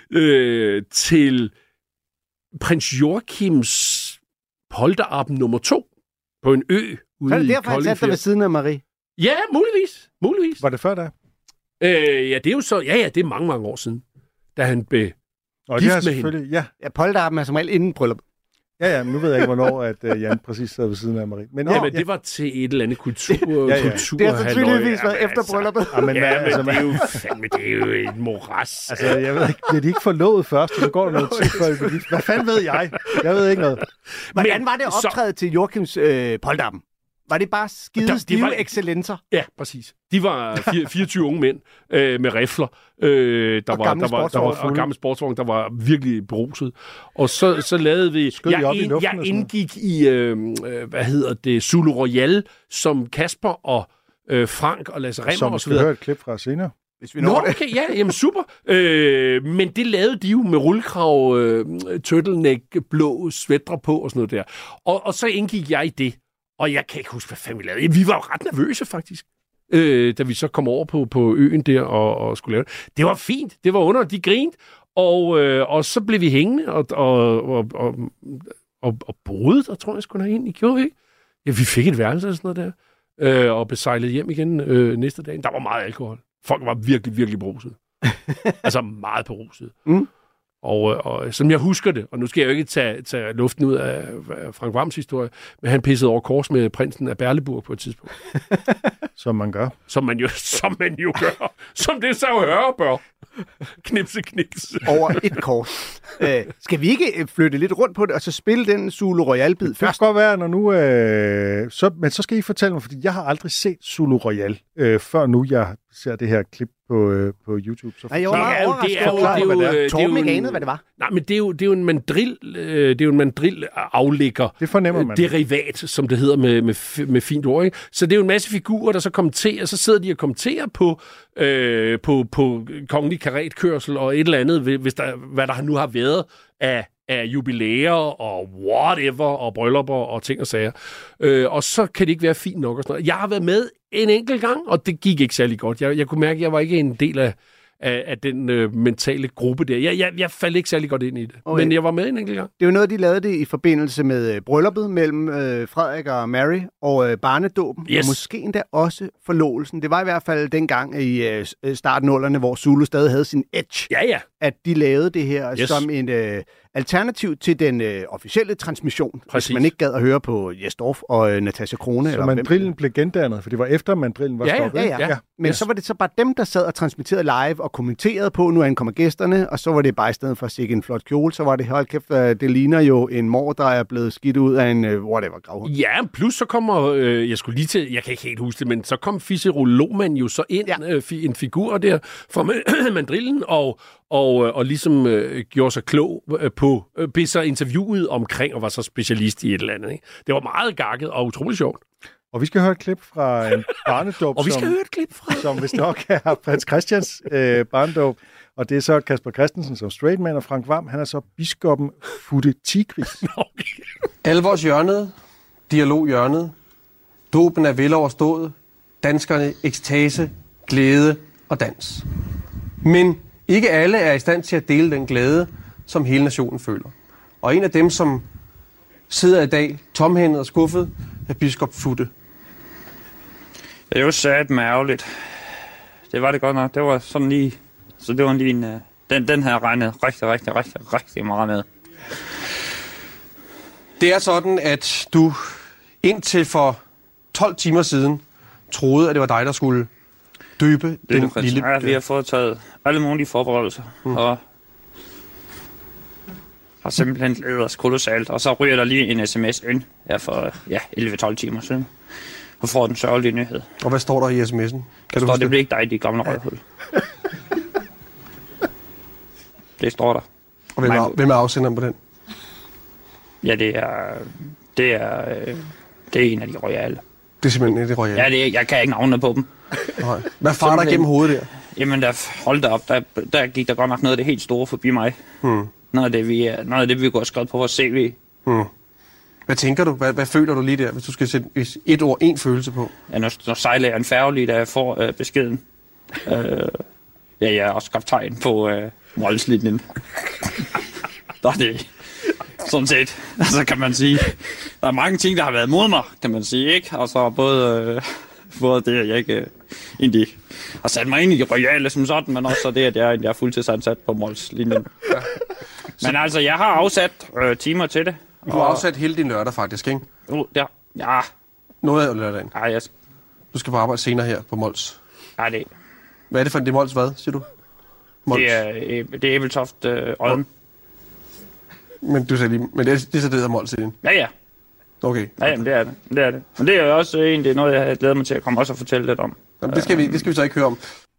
øh, til prins Joachims polterappen nummer to på en ø ude i Kolding. Så er det derfor, han satte dig ved siden af Marie? Ja, muligvis. muligvis. Var det før da? Øh, ja, det er jo så... Ja, ja, det er mange, mange år siden, da han blev og gift det med hende. Ja, ja polterappen er som regel inden bryllup. Ja, ja, men nu ved jeg ikke, hvornår at uh, Jan præcis sad ved siden af Marie. Men, ja, ja, men ja. det var til et eller andet kultur... ja, ja. kultur det har sandsynligvis været efter brylluppet. Ja, men, ja, men altså, det er jo fandme, det er jo et moras. Altså, jeg ved ikke, bliver de ikke forlovet først, så går der noget tid før de bliver. Hvad fanden ved jeg? Jeg ved ikke noget. Hvordan var det optrædet så... til Joachims øh, polterappen? Var det bare skide stive var... excellencer? Ja, præcis. De var fireogtyve unge mænd øh, med rifler, øh, der, og var, gamle der, var, der var og gamle sportsvogn, der var virkelig beruset. Og så, så lavede vi... Skød jeg, ind, jeg indgik i, øh, hvad hedder det, Zulu Royal, som Kasper og øh, Frank og Lasse Remmer som og så videre. Som vi høre et klip fra senere. Hvis vi når Nå, okay, ja, jamen super. Øh, men det lavede de jo med rullekrav, øh, turtleneck, blå sweatre på og sådan noget der. Og, og så indgik jeg i det. Og jeg kan ikke huske, hvad fanden vi lavede. Vi var jo ret nervøse, faktisk, øh, da vi så kom over på, på øen der og, og skulle lave det. Det var fint. Det var under, de grinte. Og, øh, og så blev vi hængende og, og, og, og, og, og boede, der tror jeg, skulle have ind. I gjorde vi ikke? Ja, vi fik et værelse og sådan noget der. Øh, og blev sejlet hjem igen øh, næste dag. Der var meget alkohol. Folk var virkelig, virkelig beruset. altså meget beruset. Mm. Og, og som jeg husker det, og nu skal jeg jo ikke tage, tage luften ud af Frank Hvams historie, men han pissede over kors med prinsen af Berleburg på et tidspunkt. Som man gør. Som man jo, som man jo gør. Som det så hører bør. Knipse, knipse. Over et kors. Æh, skal vi ikke flytte lidt rundt på det, og så spille den Zulu Royal-bid først? Det kan godt være, når nu... Øh, så, men så skal I fortælle mig, fordi jeg har aldrig set Zulu Royal, øh, før nu jeg ser det her klip på, øh, på YouTube. Så nej, jeg var meget overrasket. Torben ikke anede, hvad det var. Nej, men det er jo, det er jo en mandrill, øh, det er jo en mandrill aflægger. Det fornemmer man. Derivat, som det hedder med, med, med fint ord, ikke? Så det er jo en masse figurer, der så kommenterer, så sidder de og kommenterer på, øh, på, på kongelig karetkørsel og et eller andet, hvis der, hvad der nu har været af af jubilæer og whatever, og bryllupper og ting og sager. Øh, og så kan det ikke være fint nok og sådan noget. Jeg har været med en enkelt gang, og det gik ikke særlig godt. Jeg, jeg kunne mærke, at jeg var ikke en del af, af, af den øh, mentale gruppe der. Jeg, jeg, jeg faldt ikke særlig godt ind i det. Okay. Men jeg var med en enkelt gang. Det er jo noget, de lavede det i forbindelse med øh, brylluppet mellem øh, Frederik og Mary og øh, barnedåben. Yes. Og måske endda også forlovelsen. Det var i hvert fald dengang i øh, starten af nullerne, hvor Zulu stadig havde sin edge. Ja, ja. At de lavede det her yes. som en... Øh, alternativ til den øh, officielle transmission, præcis. Hvis man ikke gad at høre på Jes Dorf og øh, Natasja Krone. Så mandrillen blev gendannet, for det var efter mandrillen var ja, stoppet. Ja, ja, ja. ja. Men yes. så var det så bare dem, der sad og transmitterede live og kommenterede på, nu ankommer gæsterne, og så var det bare i stedet for at sikke en flot kjole, så var det, hold kæft, det ligner jo en mor, der er blevet skidt ud af en uh, whatever gravhund. Ja, plus så kommer, øh, jeg skulle lige til, jeg kan ikke helt huske det, men så kom Fiserol Lohmann jo så ind, ja. øh, en figur der fra mandrillen, og Og, og ligesom øh, gjorde sig klog øh, på, øh, blev så interviewet omkring, og var så specialist i et eller andet. Ikke? Det var meget gakket og utrolig sjovt. Og vi skal høre et klip fra en barnedåb, og vi skal som, høre et klip fra... som hvis nok er prins Christians øh, barnedåb. Og det er så Kasper Christensen som straight man, og Frank Hvam, han er så biskoppen Futte Tigris. Okay. Alvorshjørnet dialoghjørnet. Dåben er veloverstået. Danskerne ekstase, glæde og dans. Men ikke alle er i stand til at dele den glæde, som hele nationen føler. Og en af dem, som sidder i dag tomhændet og skuffet, er biskop Futte. Det er jo sat med ærgerligt. Det var det godt nok. Det var sådan lige... Så det var lige en... Den, den her regnet rigtig, rigtig, rigtig, rigtig meget med. Det er sådan, at du indtil for tolv timer siden troede, at det var dig, der skulle døbe det den er lille... Ja, vi har fået taget alle mulige forberedelser, mm. og har simpelthen glædet os kolossalt. Og så ryger der lige en sms ind her for ja, elleve tolv timer siden. Og får den sørgelige nyhed. Og hvad står der i sms'en? Kan der du står, det bliver ikke dig i de gamle rødhul. Det står der. Og hvem er, hvem er afsenderen på den? Ja, det er, det er, det er en af de royale. Det er simpelthen det royale? Ja, det er, jeg kan ikke navne på dem. Nej. Hvad farer der gennem hovedet der? Jamen, der, hold da op, der, der gik der godt nok noget af det helt store forbi mig. Hmm. Noget af det, vi, noget af det, vi kunne have skrevet på vores C V. Hmm. Hvad tænker du? Hvad, hvad føler du lige der, hvis du skal sætte et ord, en følelse på? Ja, nu, nu sejler jeg en færge lige, da jeg får øh, beskeden. øh, ja, jeg er også kaptajn på øh, Molslinjen. Der er det sådan set. Altså kan man sige, der er mange ting, der har været mod mig, kan man sige, ikke? Og så både, øh, både det, at jeg ikke øh, egentlig har sat mig ind i de royale som sådan, men også det, at jeg, jeg er fuldtidsansat på Molslinjen. Ja. Men altså, jeg har afsat øh, timer til det. Du har og... afsat hele din lørdag faktisk, ikke? Uh, ja. ja. Noget af lørdagen? Ja, jeg... Du skal på arbejde senere her på Mols. Ja, det Hvad er det for en det Mols, hvad, siger du? Mols. Det er, det er Ebeltoft øh, Olden. Men du sagde lige, men det er, det er så det, der Mols i den? Ja, ja. Okay. Ja, jamen, det er det. det er det. Men det er jo også en, det er noget, jeg glæder mig til at komme også og fortælle lidt om. Jamen, det skal vi, det skal vi så ikke høre om.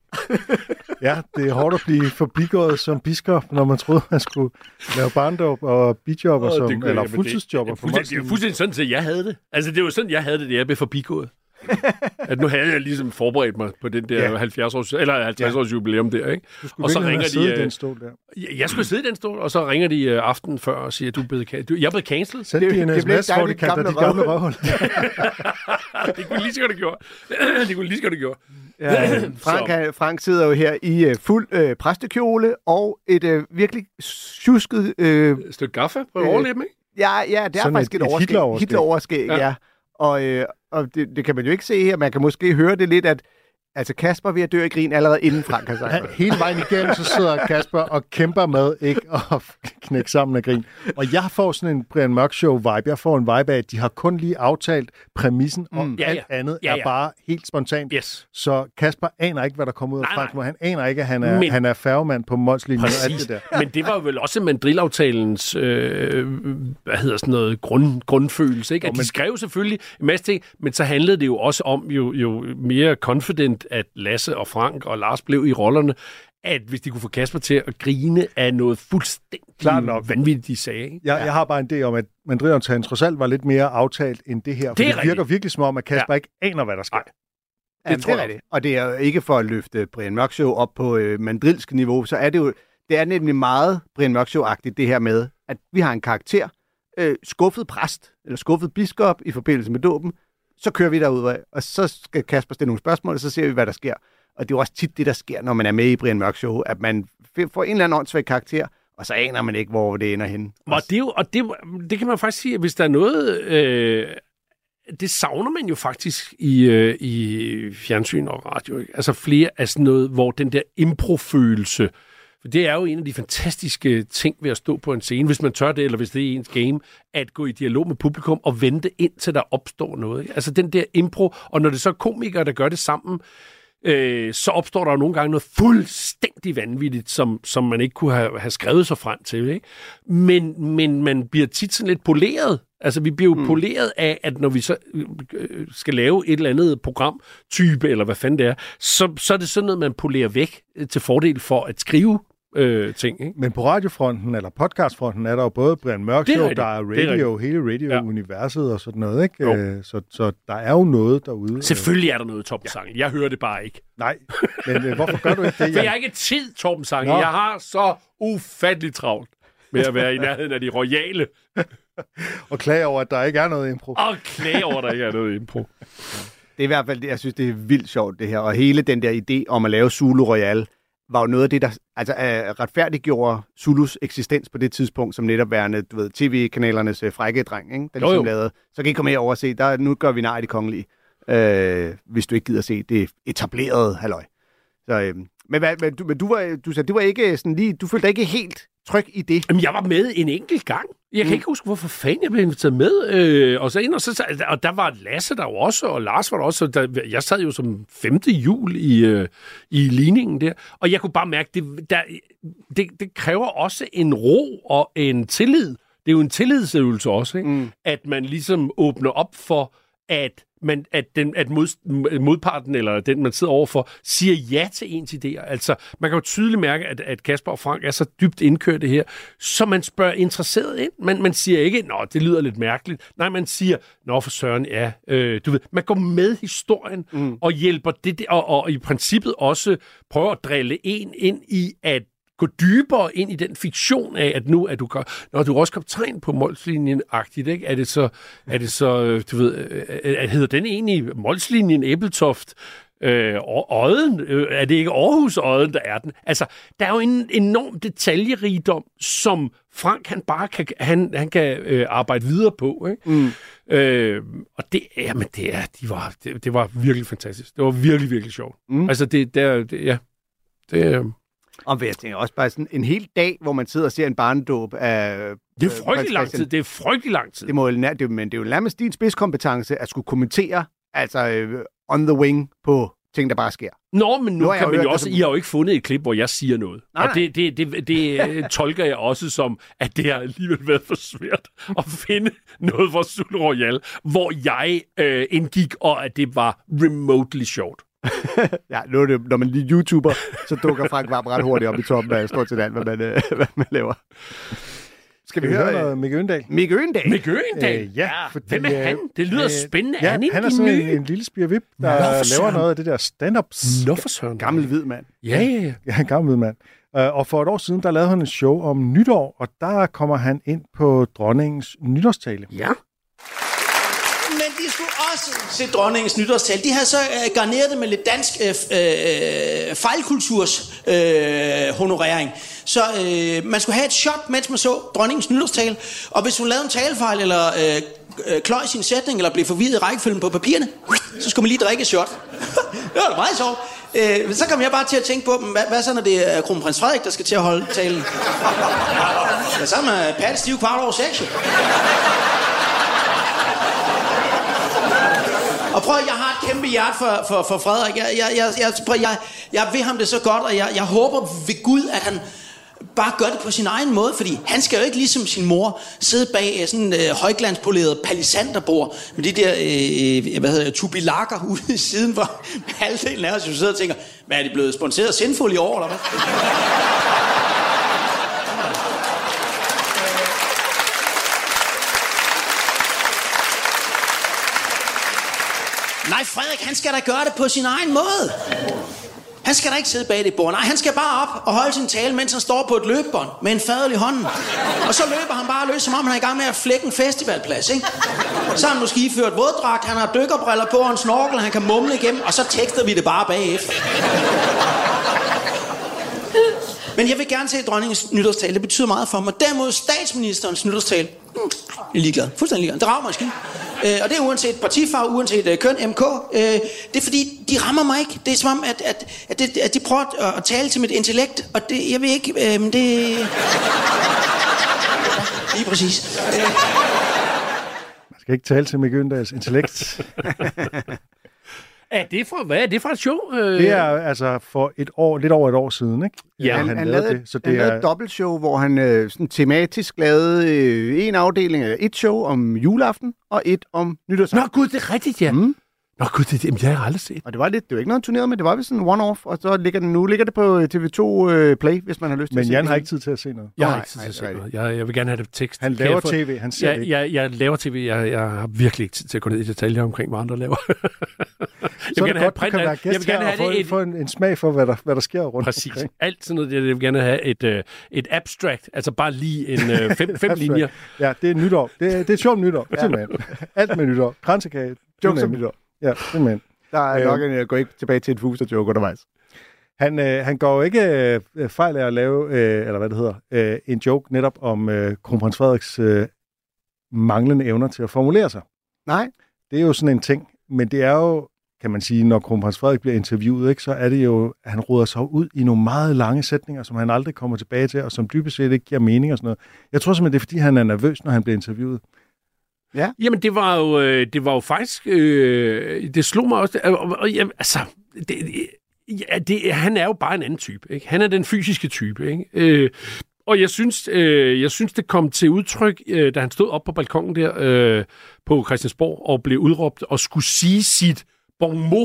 Ja, det er hårdt at blive forbigået som biskop, når man troede, man skulle lave barndåb og bijobber, oh, som, eller fuldtidsjobber. Det, det, det er jo fuldstændig sådan, at jeg havde det. Altså, det var sådan, jeg havde det, da jeg blev forbigået. At nu havde jeg ligesom forberedt mig på den der ja. halvfjerds års, eller halvtreds års jubilæum der, ikke? Du skulle og så ringer sidde de, i den stol der. Jeg, jeg skulle sidde i den stol, og så ringer de uh, aften før og siger, at du er blevet cancelled. Jeg er blevet cancelled. Sæt de en sms, hvor de kalder de gamle røvhul. Det kunne lige så godt have gjort. Det kunne lige så godt have gjort. Ja, Frank, Frank sidder jo her i uh, fuld uh, præstekjole og et uh, virkelig tjusket... Uh, et stykke gaffe på øh, overlæben, ikke? Ja, ja, det er sådan faktisk et, et overskæg. Hitler-overskæg, Hitler-overskæg ja. ja. Og, øh, og det, det kan man jo ikke se her. Man kan måske høre det lidt, at altså Kasper er ved at dø i grin allerede inden Frank har sagt. Hele vejen igennem, så sidder Kasper og kæmper med ikke at knække sammen af grin. Og jeg får sådan en Brian Mørk Show-vibe. Jeg får en vibe af, at de har kun lige aftalt præmissen, og mm, ja, alt ja. andet ja, ja. er bare helt spontant. Yes. Så Kasper aner ikke, hvad der kommer ud af Frank. Han aner ikke, at han er, men, han er færgemand på Molslinjen og alt det der. Men det var vel også mandrilaftalens øh, hvad hedder sådan noget, grund, grundfølelse. Ikke? At de skrev selvfølgelig en masse ting, men så handlede det jo også om jo, jo mere confident, at Lasse og Frank og Lars blev i rollerne, at hvis de kunne få Kasper til at grine af noget fuldstændig vanvittigt, de sagde. Ikke? Jeg, ja. jeg har bare en idé om, at mandrilaftalens trods alt var lidt mere aftalt end det her. For det, det virker virkelig som om, at Kasper ja. ikke aner, hvad der sker. Det, Jamen, tror det er det. Og det er jo ikke for at løfte Brian Mørk Show op på øh, mandrilsk niveau, så er det jo, det er nemlig meget Brian Mørk Show-agtigt det her med, at vi har en karakter, øh, skuffet præst, eller skuffet biskop i forbindelse med dåben, så kører vi derud, og så skal Kasper stille nogle spørgsmål, og så ser vi, hvad der sker. Og det er jo også tit det, der sker, når man er med i Brian Mørk Show, at man får en eller anden åndssvag karakter, og så aner man ikke, hvor det ender henne. Og det, er jo, og det, det kan man faktisk sige, at hvis der er noget... Øh, det savner man jo faktisk i, øh, i fjernsyn og radio. Ikke? Altså flere af sådan noget, hvor den der improfølelse... For det er jo en af de fantastiske ting ved at stå på en scene, hvis man tør det, eller hvis det er ens game, at gå i dialog med publikum og vente indtil der opstår noget. Ikke? Altså den der impro, og når det så er komikere, der gør det sammen, øh, så opstår der jo nogle gange noget fuldstændig vanvittigt, som, som man ikke kunne have, have skrevet sig frem til. Ikke? Men, men man bliver tit sådan lidt poleret. Altså, vi bliver jo mm. poleret af, at når vi så øh, skal lave et eller andet programtype, eller hvad fanden det er, så, så er det sådan noget, man polerer væk til fordel for at skrive øh, ting. Ikke? Men på radiofronten, eller podcastfronten, er der jo både Brian Mørk Show, der er radio, er hele radio-universet ja. og sådan noget, ikke? Øh, så, så der er jo noget derude. Selvfølgelig er der noget, Torben Sange. Jeg hører det bare ikke. Nej, men øh, hvorfor gør du ikke det? For jeg har ikke tid, Torben Sange. Jeg har så ufatteligt travlt med at være i nærheden af de royale Og klage over, at der ikke er noget impro. Og klage over, at der ikke er noget impro. Det er i hvert fald, jeg synes, det er vildt sjovt, det her. Og hele den der idé om at lave Zulu Royale, var jo noget af det, der altså, uh, retfærdiggjorde Zulus eksistens på det tidspunkt, som netop værende, du ved, tv-kanalernes uh, frække dreng, ikke? Den, jo, jo. Lavede. Så kan I komme med over og se, der, nu gør vi nej i de kongelige, uh, hvis du ikke gider se det etablerede halløj. Så, uh, men, hvad, men, du, men du, var, du sagde, det var ikke sådan lige, du følte dig ikke helt tryg i det? Jamen, jeg var med en enkelt gang. Jeg kan mm. ikke huske, hvorfor fanden jeg blev inviteret med. Øh, og, så ind, og, så, og der var Lasse der jo også, og Lars var der også. Der, jeg sad jo som femte jul i, øh, i ligningen der. Og jeg kunne bare mærke, det, der, det, det kræver også en ro og en tillid. Det er jo en tillidsøvelse også, ikke? Mm. At man ligesom åbner op for, at Men at, den, at mod, modparten, eller den, man sidder overfor, siger ja til ens idéer. Altså, man kan jo tydeligt mærke, at, at Kasper og Frank er så dybt indkørt det her, så man spørger interesseret ind. Man, man siger ikke, nå, det lyder lidt mærkeligt. Nej, man siger, nå, for søren, ja, øh, du ved, man går med historien mm. og hjælper det, og, og i princippet også prøver at drille en ind i, at gå dybere ind i den fiktion af, at nu er du, når du er også kaptajn på Molslinjen-agtigt, ikke? Er det så, er det så, du ved, hedder den egentlig Molslinjen Æbeltoft? Øh, Odden? Er det ikke Aarhus Odden, der er den? Altså, der er jo en enorm detaljerigdom, som Frank, han bare kan, han, han kan øh, arbejde videre på, ikke? Mm. Øh, og det, jamen, det er, de var, det, det var virkelig fantastisk. Det var virkelig, virkelig sjovt. Mm. Altså, det, der, det, ja, det Og jeg tænker også bare sådan en hel dag, hvor man sidder og ser en barnedåb af... Det er frygtelig lang tid. Det er frygtelig lang tid. Det må, det, men det er jo nærmest din spidskompetence at skulle kommentere, altså uh, on the wing på ting, der bare sker. Nå, men nu, nu kan man hørt, jo også... Altså... I har jo ikke fundet et klip, hvor jeg siger noget. Nej, og det, det, det, det, det tolker jeg også som, at det har alligevel været for svært at finde noget for Zulu Royale, hvor jeg øh, indgik, og at det var remotely sjovt. Ja, nu er det, når man lige YouTuber, så dukker Frank Hvam ret hurtigt op i toppen af stort set alt, hvad man, øh, hvad man laver. Skal vi høre noget Mikke Øgendahl? Mikke Øgendahl? Mikke Øgendahl? Øh, ja. Fordi, Hvem er han? Det lyder øh, spændende. Ja, er han, han er sådan en, en lille spirvip, der laver noget af det der stand-ups. Nå for søren. Gammel hvid mand. Ja, ja, ja. Ja, en gammel hvid mand. Uh, og for et år siden, der lavede han et show om nytår, og der kommer han ind på dronningens nytårstale. Ja. Men de skulle også se dronningens nytårstale. De havde så øh, garneret det med lidt dansk øh, øh, fejlkulturs øh, honorering. Så øh, man skulle have et shot, mens man så dronningens nytårstale. Og hvis hun lavede en talefejl, eller øh, øh, kløj sin sætning, eller blev forvirret i rækkefølgen på papirerne, så skulle man lige drikke et shot. Det var da meget sjovt. Øh, så kom jeg bare til at tænke på, hvad, hvad så når det er kronprins Frederik, der skal til at holde talen? Ja, så er man pat stiv kvart over seks. Og prøv, jeg har et kæmpe hjerte for, for, for Frederik. Jeg, jeg, jeg, jeg, prøv, jeg, jeg vil ham det så godt, og jeg, jeg håber ved Gud, at han bare gør det på sin egen måde, fordi han skal jo ikke ligesom sin mor sidde bag sådan en øh, højglanspoleret palisanderbord med de der øh, hvad hedder det, tubilakker ude i siden, hvor halvdelen af os jo sidder og tænker, hvad er de blevet sponsoreret Sinful i år, eller hvad? Nej, Frederik, han skal da gøre det på sin egen måde. Han skal da ikke sidde bag det bord. Nej, han skal bare op og holde sin tale, mens han står på et løbebånd med en fadøl i hånden. Og så løber han bare løs, som om han er i gang med at flække en festivalplads, ikke? Så har han måske iført våddragt, han har dykkerbriller på og en snorkel, han kan mumle igennem, og så tekster vi det bare bagefter. Men jeg vil gerne se dronningens nytårstale. Det betyder meget for mig. Derimod statsministerens nytårstale. Jeg er ligeglad. Fuldstændig ligeglad. Det rager mig skide. Øh, og det er uanset partifarve, uanset øh, køn, M K. Øh, det er fordi, de rammer mig ikke. Det er som om, at, at, at, det, at de prøver at, at tale til mit intellekt. Og det, jeg ved ikke, øh, men det... Lige præcis. Øh. Man skal ikke tale til Mikke Øgendahls intellekt. Er det fra, hvad er det fra et show? Det er altså for et år, lidt over et år siden, ikke? Ja, han, han, han lavede, det, så det han lavede er... et dobbeltshow, hvor han øh, sådan tematisk lavede øh, en afdeling af et show om juleaften, og et om nytårsaften. Nå gud, det er rigtigt, ja. Mm. Nå gud, det, det, det har jeg aldrig set. Og det var lidt, det var ikke noget turneret, men det var vist sådan en one-off, og så ligger den, nu ligger det på T V to uh, Play, hvis man har lyst til Men at se Jan det. har ikke tid til at se noget. Jeg har Nej, ikke tid nej, til at se nej, noget. Jeg, jeg vil gerne have det på tekst. Han Kan laver jeg få- tv, han ser det jeg, ikke. jeg, jeg laver tv. Jeg, jeg har virkelig ikke tid til at gå ned i detaljer omkring, hvad andre laver. jeg Så er det godt, du kan være jeg vil gæst gerne her og have få, det et, få en, en smag for, hvad der, hvad der sker rundt præcis. omkring. Alt sådan noget. Jeg vil gerne have et, uh, et abstract, altså bare lige en uh, fem, fem linjer. Ja, det er nytår. Det er, det er et sjovt nytår, simpelthen. Alt med nytår. Kransekage. Jokes om simpelthen. nytår. Ja, simpelthen. Der er Øh, nok en, jeg går ikke tilbage til et fuser-joke undervejs. Han, øh, han går jo ikke øh, fejl af at lave, øh, eller hvad det hedder, øh, en joke netop om øh, kronprins Frederiks øh, manglende evner til at formulere sig. Nej. Det er jo sådan en ting, men det er jo, kan man sige, når kronprins Frederik bliver interviewet, ikke, så er det jo, at han roder sig ud i nogle meget lange sætninger, som han aldrig kommer tilbage til, og som dybest set ikke giver mening og sådan noget. Jeg tror simpelthen, det er, fordi han er nervøs, når han bliver interviewet. Jamen, det var jo, øh, det var jo faktisk... Øh, det slog mig også... Og, og, og, jamen, altså... Det, ja, det, han er jo bare en anden type. Ikke? Han er den fysiske type. Ikke? Øh, og jeg synes, øh, jeg synes, det kom til udtryk, øh, da han stod op på balkongen der øh, på Christiansborg og blev udråbt og skulle sige sit bon mot,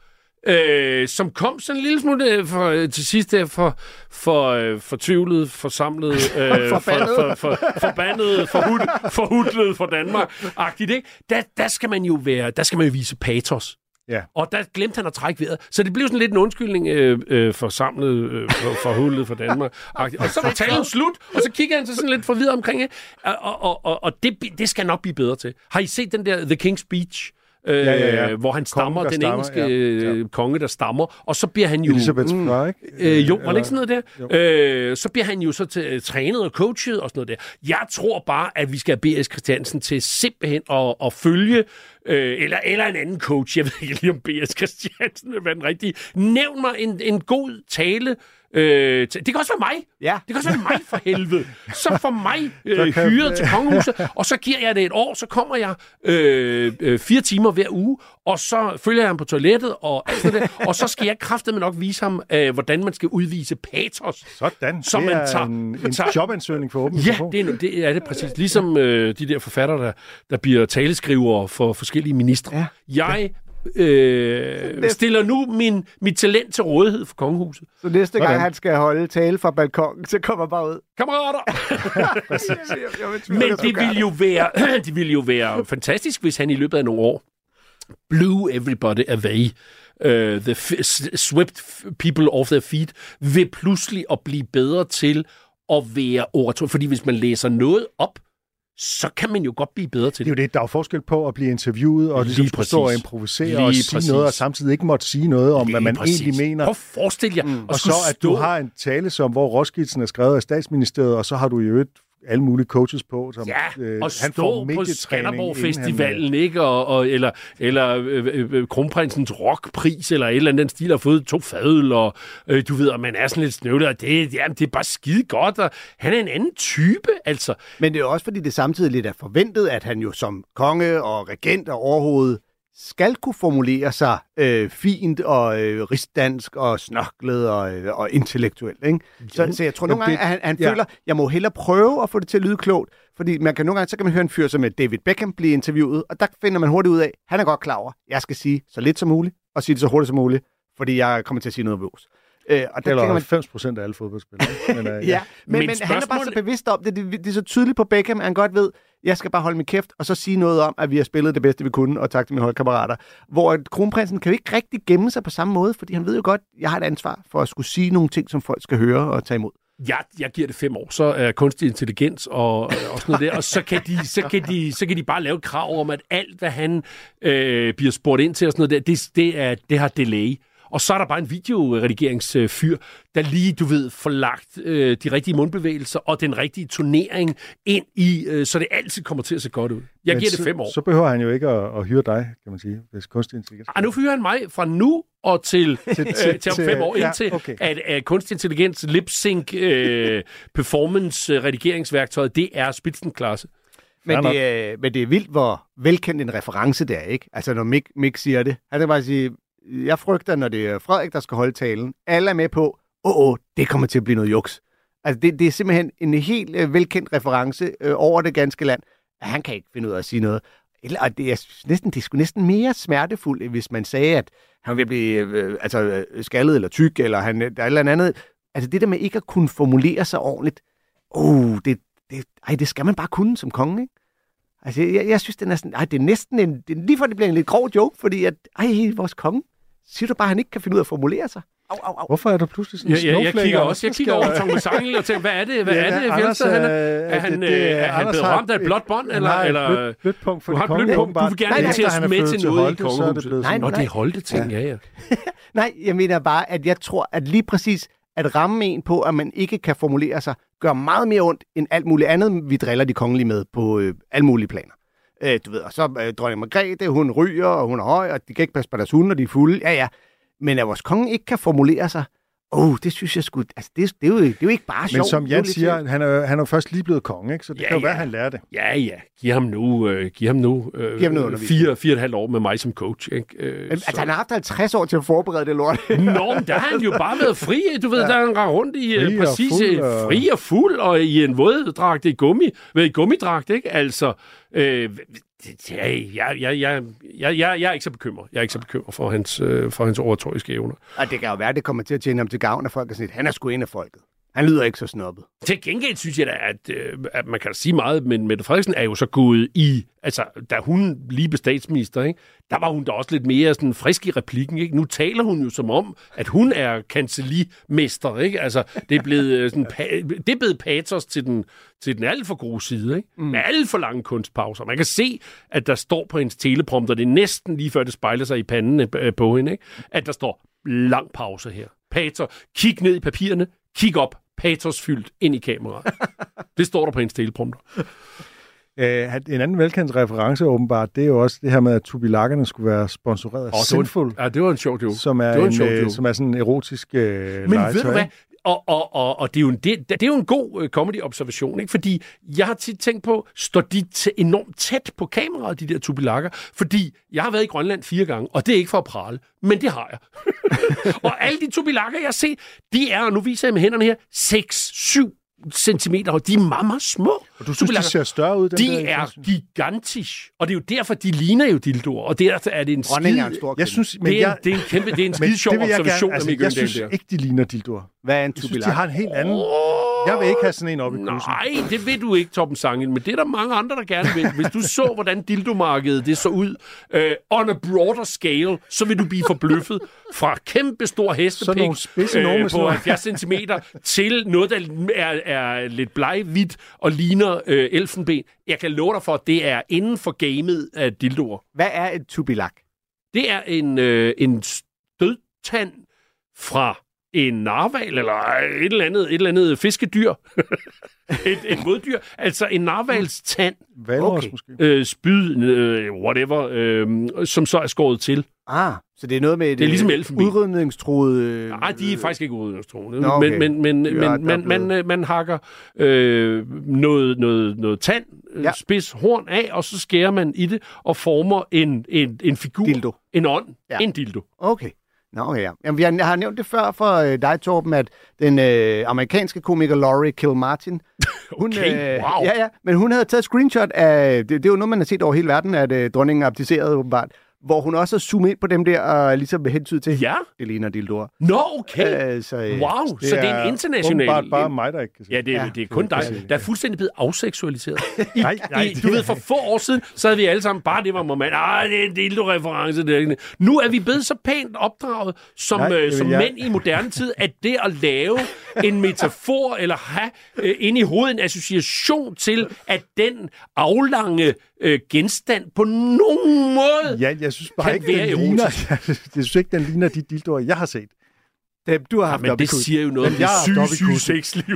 øh, som kom sådan en lille smule for, til sidst der for, for øh, fortvivlet, forsamlet, øh, for, for, for, forbandet, forhud, forhudlet for Danmark-agtigt, ikke? Der, der skal man jo være, der skal man jo vise patos. Ja. Og der glemte han at trække vejret. Så det blev sådan lidt en undskyldning øh, øh, for samlet, øh, for, for hullet for Danmark. Og så var talen slut, og så kigger han så sådan lidt forvirret omkring. Ikke? Og, og, og, og det, det skal nok blive bedre til. Har I set den der The King's Speech? Øh, ja, ja, ja. Hvor han stammer, Kongen, den stammer, engelske ja. øh, konge, der stammer. Og så bliver han jo... Elisabeth mm, fra, ikke? Øh, jo, var det ikke sådan noget der? Jo. Øh, så bliver han jo så til, trænet og coachet og sådan noget der. Jeg tror bare, at vi skal have B S Christiansen til simpelthen at, at følge, øh, eller, eller en anden coach. Jeg ved ikke lige, om B S Christiansen vil være den rigtige. Nævn mig en, en god tale. Øh, det kan også være mig. Ja. Det kan også være mig, for helvede. Så for mig øh, kan- hyret til kongehuset, og så giver jeg det et år, så kommer jeg øh, øh, fire timer hver uge, og så følger jeg ham på toilettet, og alt sådan der, og så skal jeg kraftedeme nok vise ham, øh, hvordan man skal udvise patos. Sådan. Så det man er tager- en, man en tager- jobansøgning for åben Ja, mikrofon. det er, det er det præcis. Ligesom øh, de der forfattere, der, der bliver taleskrivere for forskellige ministre. Ja. Jeg øh, stiller nu min, mit talent til rådighed for kongehuset. Så næste gang, Sådan. han skal holde tale fra balkongen, så kommer han bare ud. Kammerater! Men Men det ville jo være, det ville jo være fantastisk, hvis han i løbet af nogle år blew everybody away. Uh, the f- s- swept people off their feet ved pludselig at blive bedre til at være orator. Fordi hvis man læser noget op, så kan man jo godt blive bedre til Det er det. jo det, der er jo forskel på at blive interviewet og ligesom Lige skulle stå og præcis. improvisere Lige og sige præcis. noget, og samtidig ikke måtte sige noget om, hvad man Præcis. egentlig mener. Prøv at forestille jer. Mm. Og så at du har en tale, som, hvor Roskildsen er skrevet af Statsministeriet, og så har du jo et alle mulige coaches på, som Ja, øh, og han stå får på medietræning, Skanderborg inden Festivalen, ikke? Og, og, eller, eller øh, øh, Kronprinsens rockpris, eller et eller andet stil, har fået to fadøl, og øh, du ved, og man er sådan lidt snøvlet, og det, jamen, det er bare skide godt, og han er en anden type, altså. Men det er jo også, fordi det samtidig lidt er forventet, at han jo som konge og regent og overhoved skal kunne formulere sig øh, fint og øh, rigsdansk og snørklet og, øh, og intellektuelt. Ikke? Så, så jeg tror nogle gange, det- at han, han ja. føler, jeg må hellere prøve at få det til at lyde klogt, fordi man kan nogle gange, så kan man høre en fyr som David Beckham blive interviewet, og der finder man hurtigt ud af, han er godt klar over, jeg skal sige så lidt som muligt, og sige det så hurtigt som muligt, fordi jeg kommer til at sige noget vås. Øh, og der Eller tænker man, halvfems procent af alle fodboldspillere. Men, øh, ja, men, Men men han er bare så spørgsmålet- bevidst om det. det. Det er så tydeligt på Beckham, at han godt ved, jeg skal bare holde min kæft, og så sige noget om, at vi har spillet det bedste, vi kunne, og tak til mine holdkammerater. Hvor kronprinsen kan jo ikke rigtig gemme sig på samme måde, fordi han ved jo godt, jeg har et ansvar for at skulle sige nogle ting, som folk skal høre og tage imod. Jeg, jeg giver det fem år, så er kunstig intelligens og, og sådan noget der, og så kan, de, så, kan de, så kan de bare lave et krav om, at alt, hvad han øh, bliver spurgt ind til og sådan noget der, det, det, er, det har delay. Og så er der bare en videoredigeringsfyr, der lige, du ved, får lagt øh, de rigtige mundbevægelser og den rigtige turnering ind i, øh, så det altid kommer til at se godt ud. Jeg men giver det så- fem år. Så behøver han jo ikke at, at hyre dig, kan man sige, hvis kunstig intelligens. Og nu fyrer han mig fra nu og til, til, til- til, til om til- fem år, ja, indtil okay. at, at kunstig intelligens, lip-sync, øh, performance, øh, redigeringsværktøjet, det er spidsenklasse. Men Fair det, er, men det er vildt, hvor velkendt en reference det er, ikke? Altså, når Mick, Mick siger det. Han kan bare sige, jeg frygter, når det er Frederik, der skal holde talen. Alle er med på, åh, åh, det kommer til at blive noget juks. Altså, det, det er simpelthen en helt øh, velkendt reference øh, over det ganske land. Han kan ikke finde ud af at sige noget. Eller, og det er næsten, det er sgu næsten mere smertefuldt, hvis man sagde, at han vil blive øh, altså, skaldet eller tyk, eller han, der er et eller andet. Altså det der med ikke at kunne formulere sig ordentligt, oh, det, det, ej, det skal man bare kunne som konge, ikke? Altså jeg, jeg synes, det er næsten, ej, det er næsten en, det er lige for det bliver en lidt grov joke, fordi at, ej, vores konge, siger du bare, at han ikke kan finde ud af at formulere sig? Au, au, au. Hvorfor er der pludselig sådan en ja, ja, jeg kigger og også. Jeg kigger over Thomas Sangel og tænker, hvad er det? Hvad ja, er det, Fjeldsted? Han er, er han, det, det, er han blevet ramt af et blåt bånd? Eller, nej, eller, blødt, blødt punkt for du har kongen. Blødt punkt. Du vil gerne inviteres med til noget i kongehuset. Nej, Nå, det er Holte ting, ja, ja. Nej, jeg mener bare, at jeg tror, at lige præcis at ramme en på, at man ikke kan formulere sig, gør meget mere ondt end alt muligt andet, vi driller de kongelige med på øh, alle mulige planer. Øh, du ved, og så øh, dronning Margrethe, hun ryger, og hun er høj, og de kan ikke passe på deres hunde, og de er fulde. Ja, ja. Men at vores konge ikke kan formulere sig, åh, oh, det synes jeg sgu... Altså, det, det, er jo, det er jo ikke bare sjovt. Men som Jan siger, han er, han er først lige blevet konge, ikke? Så det ja, kan jo ja. være, han lærer det. Ja, ja. Giv ham nu, øh, giv ham nu øh, giv ham nu fire, fire og et halvt år med mig som coach. Ikke? Øh, men, altså, han har haft halvtreds år til at forberede det lort. Nå, men der har han jo bare været fri. Du ved, ja. der er han gang rundt i fri præcis fuld, og... fri og fuld, og i en våddragt i gummi. Ved en gummidragt, ikke? Altså... Øh, Ja, jeg, jeg, jeg, jeg, jeg, jeg er ikke så bekymret. Jeg er ikke så bekymret for hans, øh, for hans oratoriske evner. Og det kan jo være, at det kommer til at tjene ham til gavn af folk. Han er sgu en af folket. Han lyder ikke så snobbet. Til gengæld synes jeg da, at, øh, at man kan da sige meget, men Mette Frederiksen er jo så gået i... Altså, da hun lige blev statsminister, ikke, der var hun da også lidt mere sådan frisk i replikken. Ikke? Nu taler hun jo som om, at hun er kancellimester. Ikke? Altså, det er blevet, sådan, det er blevet patos til den, til den alt for gode side. Ikke? Mm. Med alt for lange kunstpauser. Man kan se, at der står på hendes teleprompter, det er næsten lige før det spejler sig i panden på hende, ikke? At der står lang pause her. Patos, kig ned i papirerne, kig op, patos fyldt ind i kameraet. Det står der på hendes teleprompter. Uh, en anden velkendt reference åbenbart, det er jo også det her med, at tubilakkerne skulle være sponsoreret af oh, Sinful. Ja, det var en sjov joke. Som er, en, en, uh, som er sådan en erotisk uh, legetøj. Men ved du hvad? Og, og, og, og det, er jo en, det, det er jo en god uh, comedy-observation, ikke? Fordi jeg har tit tænkt på, står de t- enormt tæt på kameraet, de der tubilakker? Fordi jeg har været i Grønland fire gange, og det er ikke for at prale, men det har jeg. Og alle de tubilakker, jeg har set, de er, og nu viser jeg med hænderne her, seks, syv centimeter, og de er meget, meget små. Og du synes, de ser større ud? De der, er gigantisk, og det er jo derfor, de ligner jo dildoer, og derfor er det en skide... Jeg synes, men det, er, jeg, det er en kæmpe, det er en skide sjov observation. Altså, jeg synes der. ikke, de ligner dildoer. Hvad er en tubilak? Jeg synes, de har en helt anden... Jeg vil ikke have sådan en op i kussen. Nej, det vil du ikke, Torben Sangel, men det er der mange andre, der gerne vil. Hvis du så, hvordan dildomarkedet det så ud uh, on a broader scale, så vil du blive forbløffet fra kæmpe stor hestepik uh, på halvfjerds centimeter til noget, der er, er lidt bleghvidt og ligner uh, elfenben. Jeg kan love dig for, at det er inden for gamet af dildoer. Hvad er et tubilak? Det er en, øh, en stødtand fra en narval, eller et eller andet, et eller andet fiskedyr. et, et våddyr. Altså en narvals tand. Okay. Øh, spyd, øh, whatever, øh, som så er skåret til. Ah, så det er noget med et, det er ligesom elfenben. Udrydningstroet... Øh... Nej, de er faktisk ikke udrydningstroede. Okay. Men, men, men, men man, man, man hakker øh, noget, noget, noget tand, ja. spids horn af, og så skærer man i det og former en, en, en figur. Dildo. En ånd. Ja. En dildo. Okay. Nå okay, ja. Jamen, jeg har nævnt det før for øh, dig, Torben, at den øh, amerikanske komiker Laurie Kilmartin, hun, okay, øh, wow. ja, ja, men hun havde taget screenshot af, det, det er jo noget, man har set over hele verden, at øh, dronningen abdicerede åbenbart, hvor hun også har zoomet ind på dem der, og ligesom med hensyn til, ja. det ligner dildoer. Nå, okay. Øh, så, øh, wow, det så det er en international... Bare, bare mig, der ikke kan se. Ja, det er, ja, det er kun dig, der er fuldstændig blevet afseksualiseret. I, nej, nej. I, du ved, for få år siden, så havde vi alle sammen, bare det var moment, ah, det er en dildo-reference. Det er. Nu er vi blevet så pænt opdraget som, nej, øh, som jeg... mænd i moderne tid, at det at lave en metafor, eller have øh, inde i hovedet en association til, at den aflange øh, genstand på nogen måde... Ja, jeg synes bare ikke, den ligner, jeg, jeg synes ikke, den ligner de dildoer, jeg har set. Det, du har haft ja, men det siger jo noget om det syge, syge sexliv.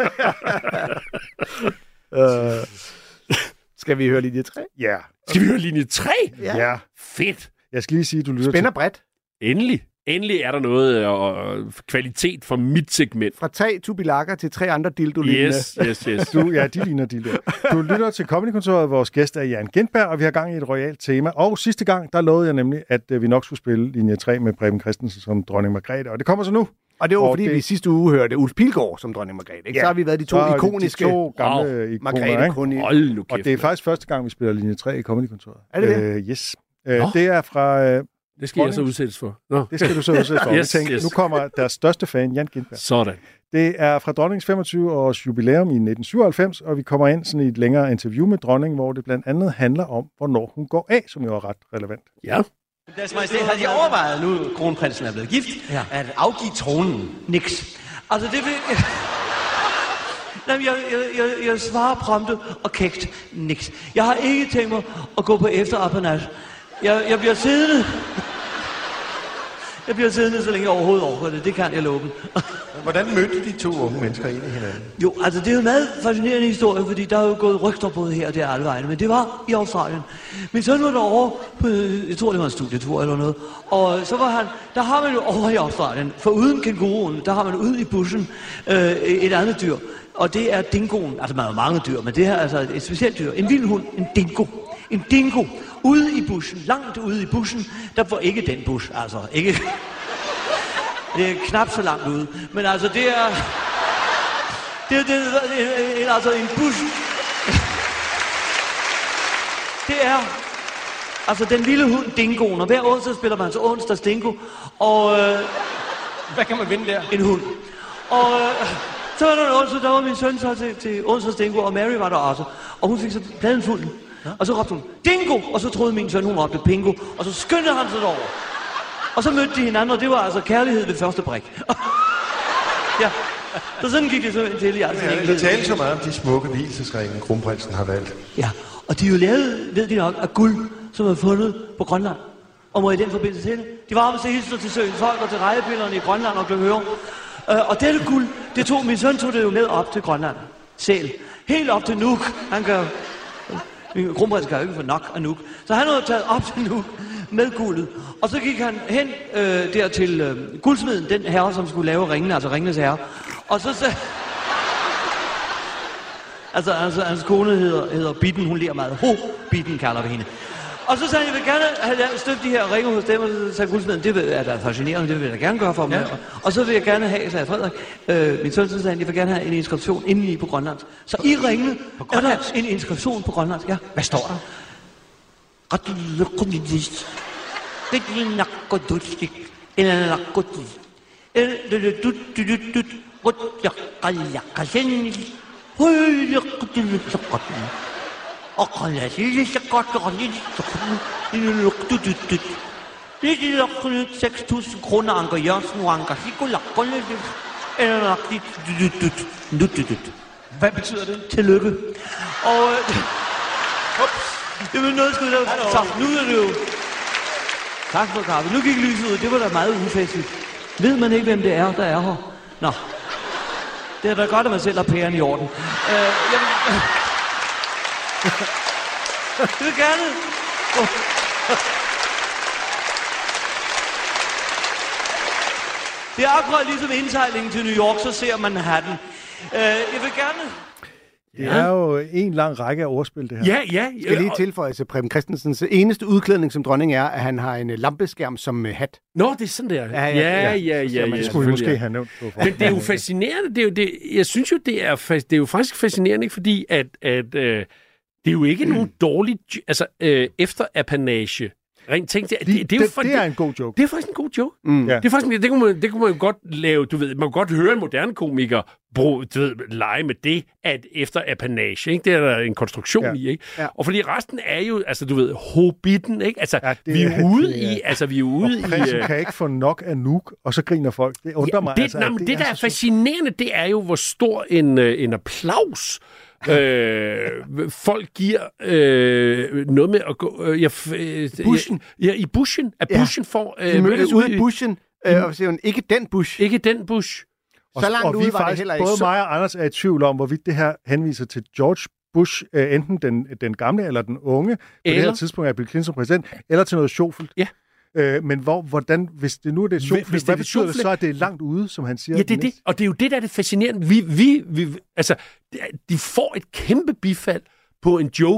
uh, skal vi høre linje tre? Ja. Yeah. Skal vi høre linje tre? Ja. Yeah. Fedt. Jeg skal lige sige, du lytter Spænder til... bredt. Endelig. Endelig er der noget og kvalitet for mit segment. Fra tre tubilakker til tre andre dildo-lignende. Yes, yes, yes. Du, ja, de ligner dildo. Du lytter til Comedy-kontoret. Vores gæst er Jan Gintberg, og vi har gang i et royalt tema. Og sidste gang, der lovede jeg nemlig, at vi nok skulle spille linje tre med Preben Christensen som dronning Margrethe. Og det kommer så nu. Og det var og fordi, det... vi sidste uge hørte Ulf Pilgaard som dronning Margrethe. Ikke? Ja, så har vi været de to så ikoniske de to gamle wow. ikoner, Margrethe ikke? Krone. Hold nu kæft. Og det er faktisk første gang, vi spiller linje tre i Comedykontoret. Er det det? Øh, yes. Øh, det er fra... Øh, Det skal jeg så udsættes for. Nå. det skal du så udsættes for. Yes, Vi tænkte, yes. nu kommer deres største fan, Jan Gindberg. Sådan. Det er fra dronningens femogtyve års jubilæum i nitten syvoghalvfems, og vi kommer ind sådan i et længere interview med dronningen, hvor det blandt andet handler om, hvornår hun går af, som jo er ret relevant. Ja. Deres Majestæt, har de overvejet, nu kronprinsen er blevet gift, ja. at afgive tronen? Niks. Altså, det vil... Nej, jeg, jeg, jeg, jeg svarer prompte og kægt. Niks. Jeg har ikke tænkt mig at gå på efterapanage. Jeg, jeg bliver siddende. Jeg bliver siddende, så længe jeg overhovedet overgår det. Det kan jeg love dem. Hvordan mødte de to unge mennesker ind i hinanden? Jo, altså det er jo en meget fascinerende historie, fordi der er jo gået rygter både her og der alle vegne, men det var i Australien. Min søn var derovre på, jeg tror det var en studietur eller noget, og så var han, der har man jo over i Australien, for uden kænguruen, der har man ude i bussen øh, et andet dyr, og det er dingoen. Altså man har mange dyr, men det her er altså et specielt dyr. En vild hund, en dingo. En dingo ude i bussen, langt ude i bussen, der får ikke den bus, altså ikke... Det er knap så langt ude, men altså det er... Det er, det er, det er altså en bus. Det er... Altså den lille hund, dingoen, og hver onsdag spiller man så onsdags dingo, og... Øh, Hvad kan man vinde der? En hund. Og øh, så var der en onsdag, der var min søn så til, til onsdags dingo, og Mary var der også, og hun fik så pladen fuld. Ja. Og så råbte hun, dingo! Og så troede min søn, hun råbte pingo, og så skyndte han sig derover. Og så mødte de hinanden, og det var altså kærlighed ved første brik. Ja, så sådan gik det så til i al sin enkelhed. Der tales så meget om de smukke hvilesesringe, kronprinsen har valgt. Ja, og de er jo lavet, ved de nok, af guld, som er fundet på Grønland. Og må i den forbindelse til det. De var om til hilser til søen folk og til rejepillerne i Grønland og Gløhøre. Uh, og dette guld, det tog, min søn tog det jo med op til Grønland. Selv. Helt op til Nuuk. Han kan... Kronprinsen kan jo ikke få nok af Nuuk. Så han havde taget op til Nuuk med guldet. Og så gik han hen øh, der til øh, guldsmeden, den herre, som skulle lave ringene, altså ringenes herre. Og så sagde... altså, altså, hans kone hedder, hedder Bitten, hun ler meget. Ho, Bitten kalder vi hende. Og så sagde han, jeg vil gerne have støbt de her ringe hos dem, og så sagde guldsmeden, det er da fascinerende, det vil jeg da gerne gøre for dem. Ja. Og, og så vil jeg gerne have, sagde Frederik, øh, min søn, så sagde han, jeg vil gerne have en inskription indeni på Grønland. Så i ringene er der en inskription på Grønland, ja. Hvad står der? Og Grønland, det er så godt, Grønland, det er lukket seks tusind kroner, Anker Jørgensen, og Anker Hikola, Grønland, eller nok dit, Hvad betyder det? Tillykke. Og... Det var noget, skulle lave. Så nu er det jo... Tak for kaffe. Nu gik lyset ud. Det var da meget ufæstligt. Ved man ikke, hvem det er, der er her? Nå. Det er da godt, at man selv har pæren i orden. Uh, jeg, vil... jeg vil gerne... Oh. Det er akkurat ligesom indsejlingen til New York, så ser man Manhattan. Uh, jeg vil gerne... Det er jo en lang række af ordspil, det her. Ja, ja. Jeg skal lige tilføje til Preben Christensens eneste udklædning som dronning er, at han har en lampeskærm som hat. Nå, det er sådan der. Ja, Ja, ja, ja. ja, Så man ja, skulle måske ja. have nævnt. Men det er jo fascinerende. Det er jo det, jeg synes jo, det er, det er jo faktisk fascinerende, ikke? Fordi at, at øh, det er jo ikke nogen dårlig... Altså, øh, efter apanage... Rent tænkt, det, det, det, er jo det, for, det er en god joke. Det er faktisk en god joke. Mm. Ja. Det er faktisk, det kunne man, det kunne man jo godt lave, du ved, man kunne godt høre en moderne komiker bruge, du ved, lege med det, at efter apanage, ikke? Det er der en konstruktion Ja. i, ikke? Ja. Og fordi resten er jo, altså du ved, hobbiten, ikke? Altså, Ja, det vi er er- ude det er- i, altså vi er ude Og i... prinsen øh, kan ikke få nok af Nuuk, og så griner folk. Det undrer mig. det, altså, nej, at men det, det der er så- fascinerende, det er jo, hvor stor en, øh, en applaus øh, folk giver øh, noget med at gå... Øh, jeg, øh, Bushen. Ja, i bushen. At Ja. bushen får... De mødtes ude i bushen, øh, og siger hun, ikke den bush. Ikke den bush. Og, Så langt og vi ude er var det faktisk, heller ikke. både Så- mig og Anders er i tvivl om, hvorvidt det her henviser til George Bush, øh, enten den, den gamle eller den unge, på Eller- det her tidspunkt er Bill Clinton som præsident, eller til noget sjovfuldt. Ja. Øh, men hvor, hvordan, hvis det nu er det Hvis sjovfuldt, det er hvad det betyder det sjovfuldt- så, at det er langt ude, som han siger? Ja, det er det. Og det er jo det, der er det fascinerende. Vi, vi, vi, altså, de får et kæmpe bifald på en joke,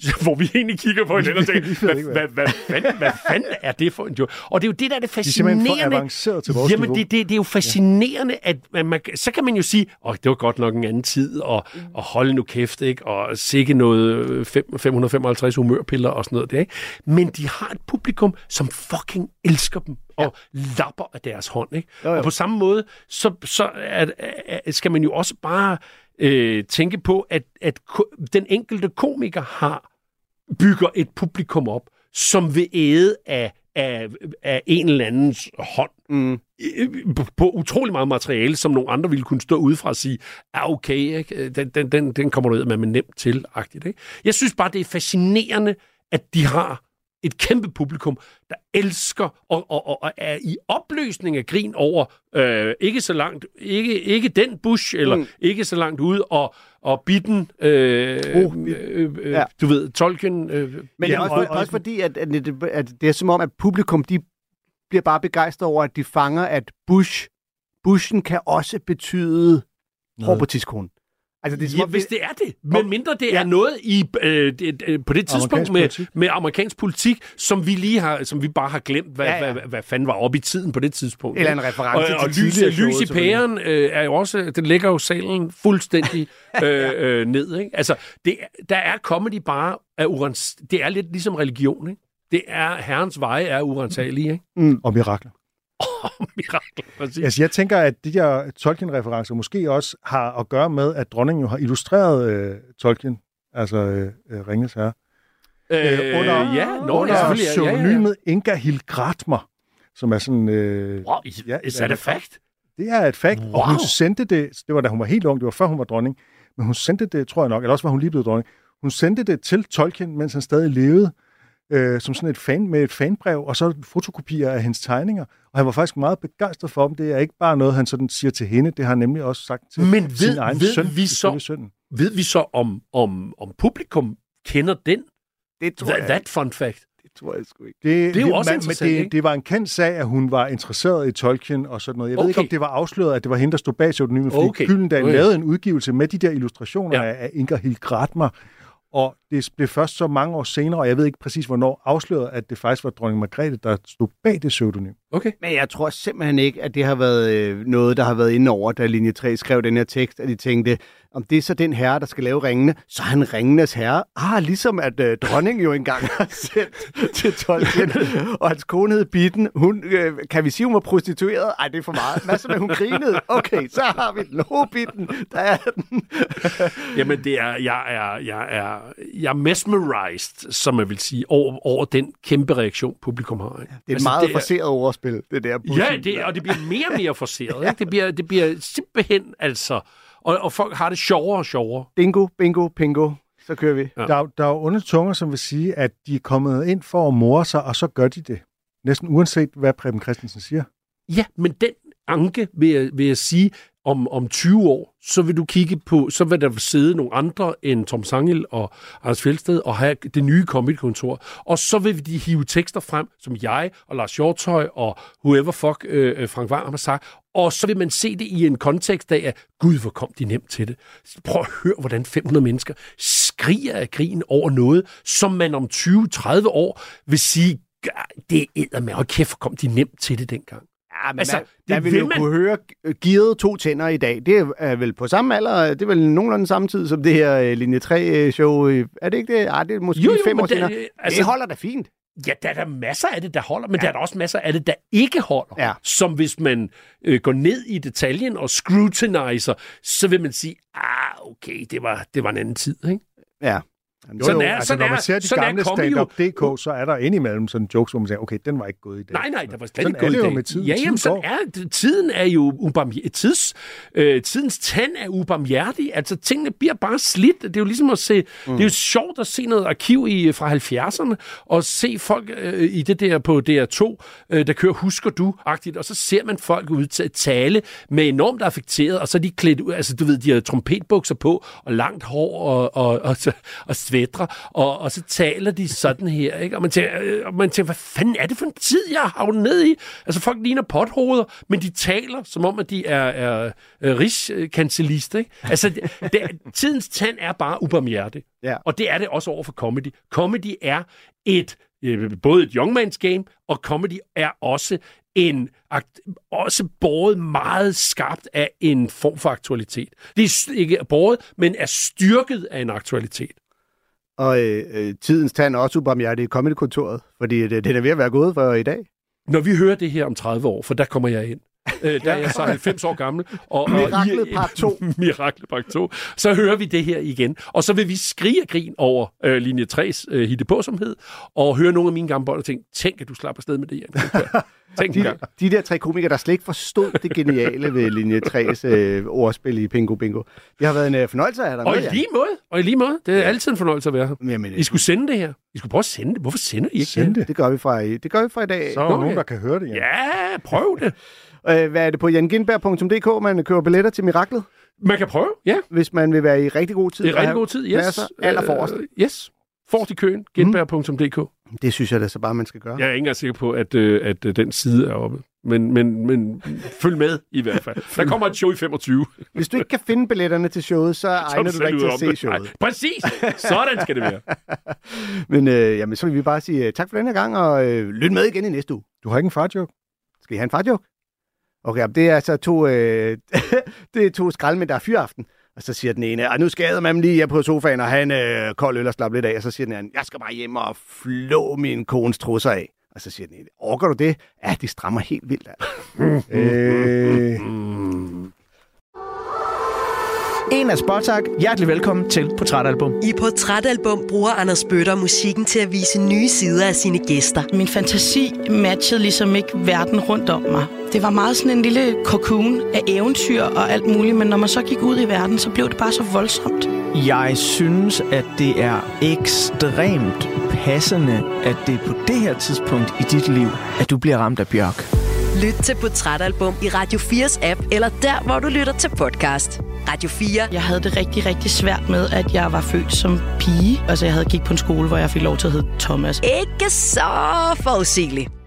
hvor vi egentlig kigger på hinanden og tænker, hvad, hvad, hvad, fanden, hvad fanden er det for en joke? Og det er jo det, der er det fascinerende. De er simpelthen for avanceret til vores Jamen, niveau. det, det, det er jo fascinerende, ja. at man, så kan man jo sige, åh, det var godt nok en anden tid, og, og hold nu kæft, ikke? Og sikke noget fem hundrede femoghalvtreds humørpiller og sådan noget der, ikke? Men de har et publikum, som fucking elsker dem og ja. lapper af deres hånd, ikke? Jo, jo. Og på samme måde, så, så er, er, skal man jo også bare øh, tænke på, at, at den enkelte komiker har bygger et publikum op, som vil æde af, af, af en eller andens hånd mm. på, på utrolig meget materiale, som nogle andre ville kunne stå udefra og sige, er okay, ikke? Den, den, den, den kommer du ud med med nemt til-agtigt. Ikke? Jeg synes bare, det er fascinerende, at de har et kæmpe publikum, der elsker og, og, og, og er i opløsning af grin over øh, ikke så langt, ikke, ikke den Bush, eller mm. ikke så langt ude, og, og Bitten, øh, uh, øh, øh, ja. du ved, Tolkien. Øh, Men det er også, og, også fordi, at, at, det, at det er som om, at publikum, de bliver bare begejstret over, at de fanger, at Bush, Bushen kan også betyde robotiskone. Altså, det er, ja, hvis det er det. Men mindre det ja. er noget i øh, det, øh, på det tidspunkt med, med amerikansk politik, som vi lige har, som vi bare har glemt, hvad, ja, ja. hvad, hvad fanden var oppe i tiden på det tidspunkt. Eller en reference og, og til lys, lys i pæren øh, er jo også, den lægger jo salen fuldstændig øh, øh, ned. Ikke? Altså, det, der er comedy bare af urens, det er lidt ligesom religion, ikke? Det er herrens veje er urensagelige, ikke? Mm. Og mirakler. Oh, mirakler, præcis. Altså, jeg tænker, at de der Tolkien-referencer måske også har at gøre med, at dronningen jo har illustreret øh, Tolkien, altså øh, Ringenes Herre. Øh, under ja, nå, under ja, pseudonymet ja, ja. Inga Hildgratmer, som er sådan... Øh, wow, is, ja, is that a fact? Det er et fact, wow. Og hun sendte det, det var da hun var helt ung, det var før hun var dronning, men hun sendte det, tror jeg nok, eller også var hun lige blevet dronning, hun sendte det til Tolkien, mens han stadig levede, øh, som sådan et fan, med et fanbrev, og så fotokopier af hendes tegninger. Og han var faktisk meget begejstret for dem. Det er ikke bare noget, han sådan siger til hende. Det har han nemlig også sagt til Men ved, sin egen ved søn. Vi så, ved vi så, om, om, om publikum kender den? Det tror That, jeg that fun fact. Det tror jeg sgu ikke. Det, det er jo det, også man, interessant, det, ikke? det var en kendt sag, at hun var interesseret i Tolkien og sådan noget. Jeg ved okay. ikke, om det var afsløret, at det var hende, der stod bag pseudonymet, fordi okay. Gyldendal okay. lavede en udgivelse med de der illustrationer ja. af Inga Hildgratmer. Og det blev først så mange år senere, og jeg ved ikke præcis, hvornår afsløret, at det faktisk var dronning Margrethe, der stod bag det pseudonym. Okay. Men jeg tror simpelthen ikke, at det har været øh, noget, der har været inde over, da linje tre skrev den her tekst, at de tænkte, om det er så den herre, der skal lave ringene, så er han ringenes herre. Ah, ligesom at øh, dronningen jo engang har sendt til Tolkien, og hans kone hed Bitten. Hun, øh, kan vi sige, hun var prostitueret? Ej, det er for meget. Hvad så med, hun grinede? Okay, så har vi den. Ho, Bitten, der er den. Jamen, det er, jeg er, jeg er, jeg er mesmerized, som jeg vil sige, over, over den kæmpe reaktion, publikum har. Ikke? Det er et altså, meget det er, forceret overspil, det der. Bussen. Ja, det, og det bliver mere og mere forceret. Ikke? Det, bliver, det bliver simpelthen, altså... Og, og folk har det sjovere og sjovere. Bingo, bingo, pingo. Så kører vi. Ja. Der, der er jo onde tunger, som vil sige, at de er kommet ind for at more sig, og så gør de det. Næsten uanset, hvad Preben Christensen siger. Ja, men den anke, vil jeg, vil jeg sige, om, om tyve år, så vil du kigge på, så vil der sidde nogle andre end Tom Sangil og Anders Fjeldsted og have det nye Comedy-kontor. Og så vil de hive tekster frem, som jeg og Lars Hjortøj og whoever fuck øh, Frank Varm har sagt. Og så vil man se det i en kontekst af, at gud, hvor kom de nemt til det. Prøv at høre, hvordan fem hundrede mennesker skriger af grin over noget, som man om tyve til tredive år vil sige, det er eddermame, og kæft, hvor kom de nemt til det dengang. Ja, men altså, man, det man vil jo man... kunne høre Gearet to tænder i dag. Det er vel på samme alder, det er vel nogenlunde samme tid som det her linje tre-show. Er det ikke det? Ej, det er måske jo, jo, fem år det, senere. Altså, det holder da fint. Ja, der er der masser af det, der holder, men ja. der er der også masser af det, der ikke holder. Ja. Som hvis man øh, går ned i detaljen og scrutinizer, så vil man sige, ah, okay, det var, det var en anden tid, ikke? Ja. Jo, sådan jo, er, altså, sådan når man ser de gamle stand-up punktum d k, så er der indimellem sådan jokes, hvor man siger, okay, den var ikke gået i dag. Nej, nej, der var slet ikke gået i dag. Med tiden. Ja, jamen, sådan er tiden er jo ubarmhjertig. Tids, øh, tidens tand er ubarmhjertig. Altså, tingene bliver bare slidt. Det er jo ligesom at se, mm. det er jo sjovt at se noget arkiv i, fra halvfjerdserne, og se folk øh, i det der på D R to, øh, der kører Husker du-agtigt, og så ser man folk ud til at tale med enormt affekteret, og så er de klædt ud, altså du ved, de har trompetbukser på, og langt hår, og, og, og, og, og svætre, og, og så taler de sådan her, ikke? Og man tænker, øh, og man tænker, hvad fanden er det for en tid, jeg har havnet ned i? Altså, folk ligner pothoveder, men de taler, som om, at de er, er, er rigskancelister, ikke? Altså, det, det, tidens tand er bare ubarmhjertig. Ja. Og det er det også over for comedy. Comedy er et, øh, både et young man's game, og comedy er også en også båret meget skarpt af en form for aktualitet. Det er ikke båret, men er styrket af en aktualitet. Og øh, tidens tand er også ubarmhjertig i Comedy-kontoret, fordi det, det er ved at være gået for i dag. Når vi hører det her om tredive år, for der kommer jeg ind, øh, der er jeg så halvfems år gammel. Og, Miraklet part to. Miraklet part to. Så hører vi det her igen. Og så vil vi skrige og grin over øh, linje tres øh, hittepåsomhed, og høre nogle af mine gamle bold og tænke, tænk, at du slapper afsted med det her. Tænk de, de der tre komikere, der slet ikke forstod det geniale ved linje tres øh, ordspil i Pingo Bingo. Det har været en øh, fornøjelse at have dig og med. I lige måde. Og i lige måde. Det er ja. altid en fornøjelse at være her. Jamen, I skulle sende det her. I skulle prøve at sende det. Hvorfor sender I ikke sende det? Det gør vi fra i, det gør vi fra i dag. Så er der nogen, der kan høre det. Ja, ja prøv det. øh, hvad er det på jan gindberg punktum d k, man køber billetter til Miraklet? Man kan prøve, ja. Hvis man vil være i rigtig god tid. I rigtig god tid, yes. Allerforrest. Uh, yes. Fort i køen. gindberg punktum d k. Det synes jeg da så bare, man skal gøre. Jeg er ikke engang sikker på, at, øh, at øh, den side er oppe. Men, men, men følg med i hvert fald. Der kommer et show i femogtyve. Hvis du ikke kan finde billetterne til showet, så egner du dig ikke til at se showet. Nej, præcis! Sådan skal det være. Men øh, jamen, så vil vi bare sige uh, tak for denne gang, og øh, lyt med igen i næste uge. Du har ikke en farjoke? Skal I have en farjoke? Okay, det er altså to, øh, det er to skraldmænd, der er fyraften. Og så siger den ene, nu skader man lige her på sofaen og have en øh, kold øl og slappe lidt af. Og så siger den anden, jeg skal bare hjem og flå min kones trusser af. Og så siger den ene, orker du det? Ja, de strammer helt vildt. øh... En af Spotak. Hjertelig velkommen til Portrætalbum. I Portrætalbum bruger Anders Bøtter musikken til at vise nye sider af sine gæster. Min fantasi matchede ligesom ikke verden rundt om mig. Det var meget sådan en lille cocoon af eventyr og alt muligt, men når man så gik ud i verden, så blev det bare så voldsomt. Jeg synes, at det er ekstremt passende, at det er på det her tidspunkt i dit liv, at du bliver ramt af Bjørk. Lyt til Portrætalbum i Radio fires app, eller der, hvor du lytter til podcast. Radio fire. Jeg havde det rigtig, rigtig svært med, at jeg var født som pige. Altså, jeg havde gik på en skole, hvor jeg fik lov til at hedde Thomas. Ikke så forudsigeligt.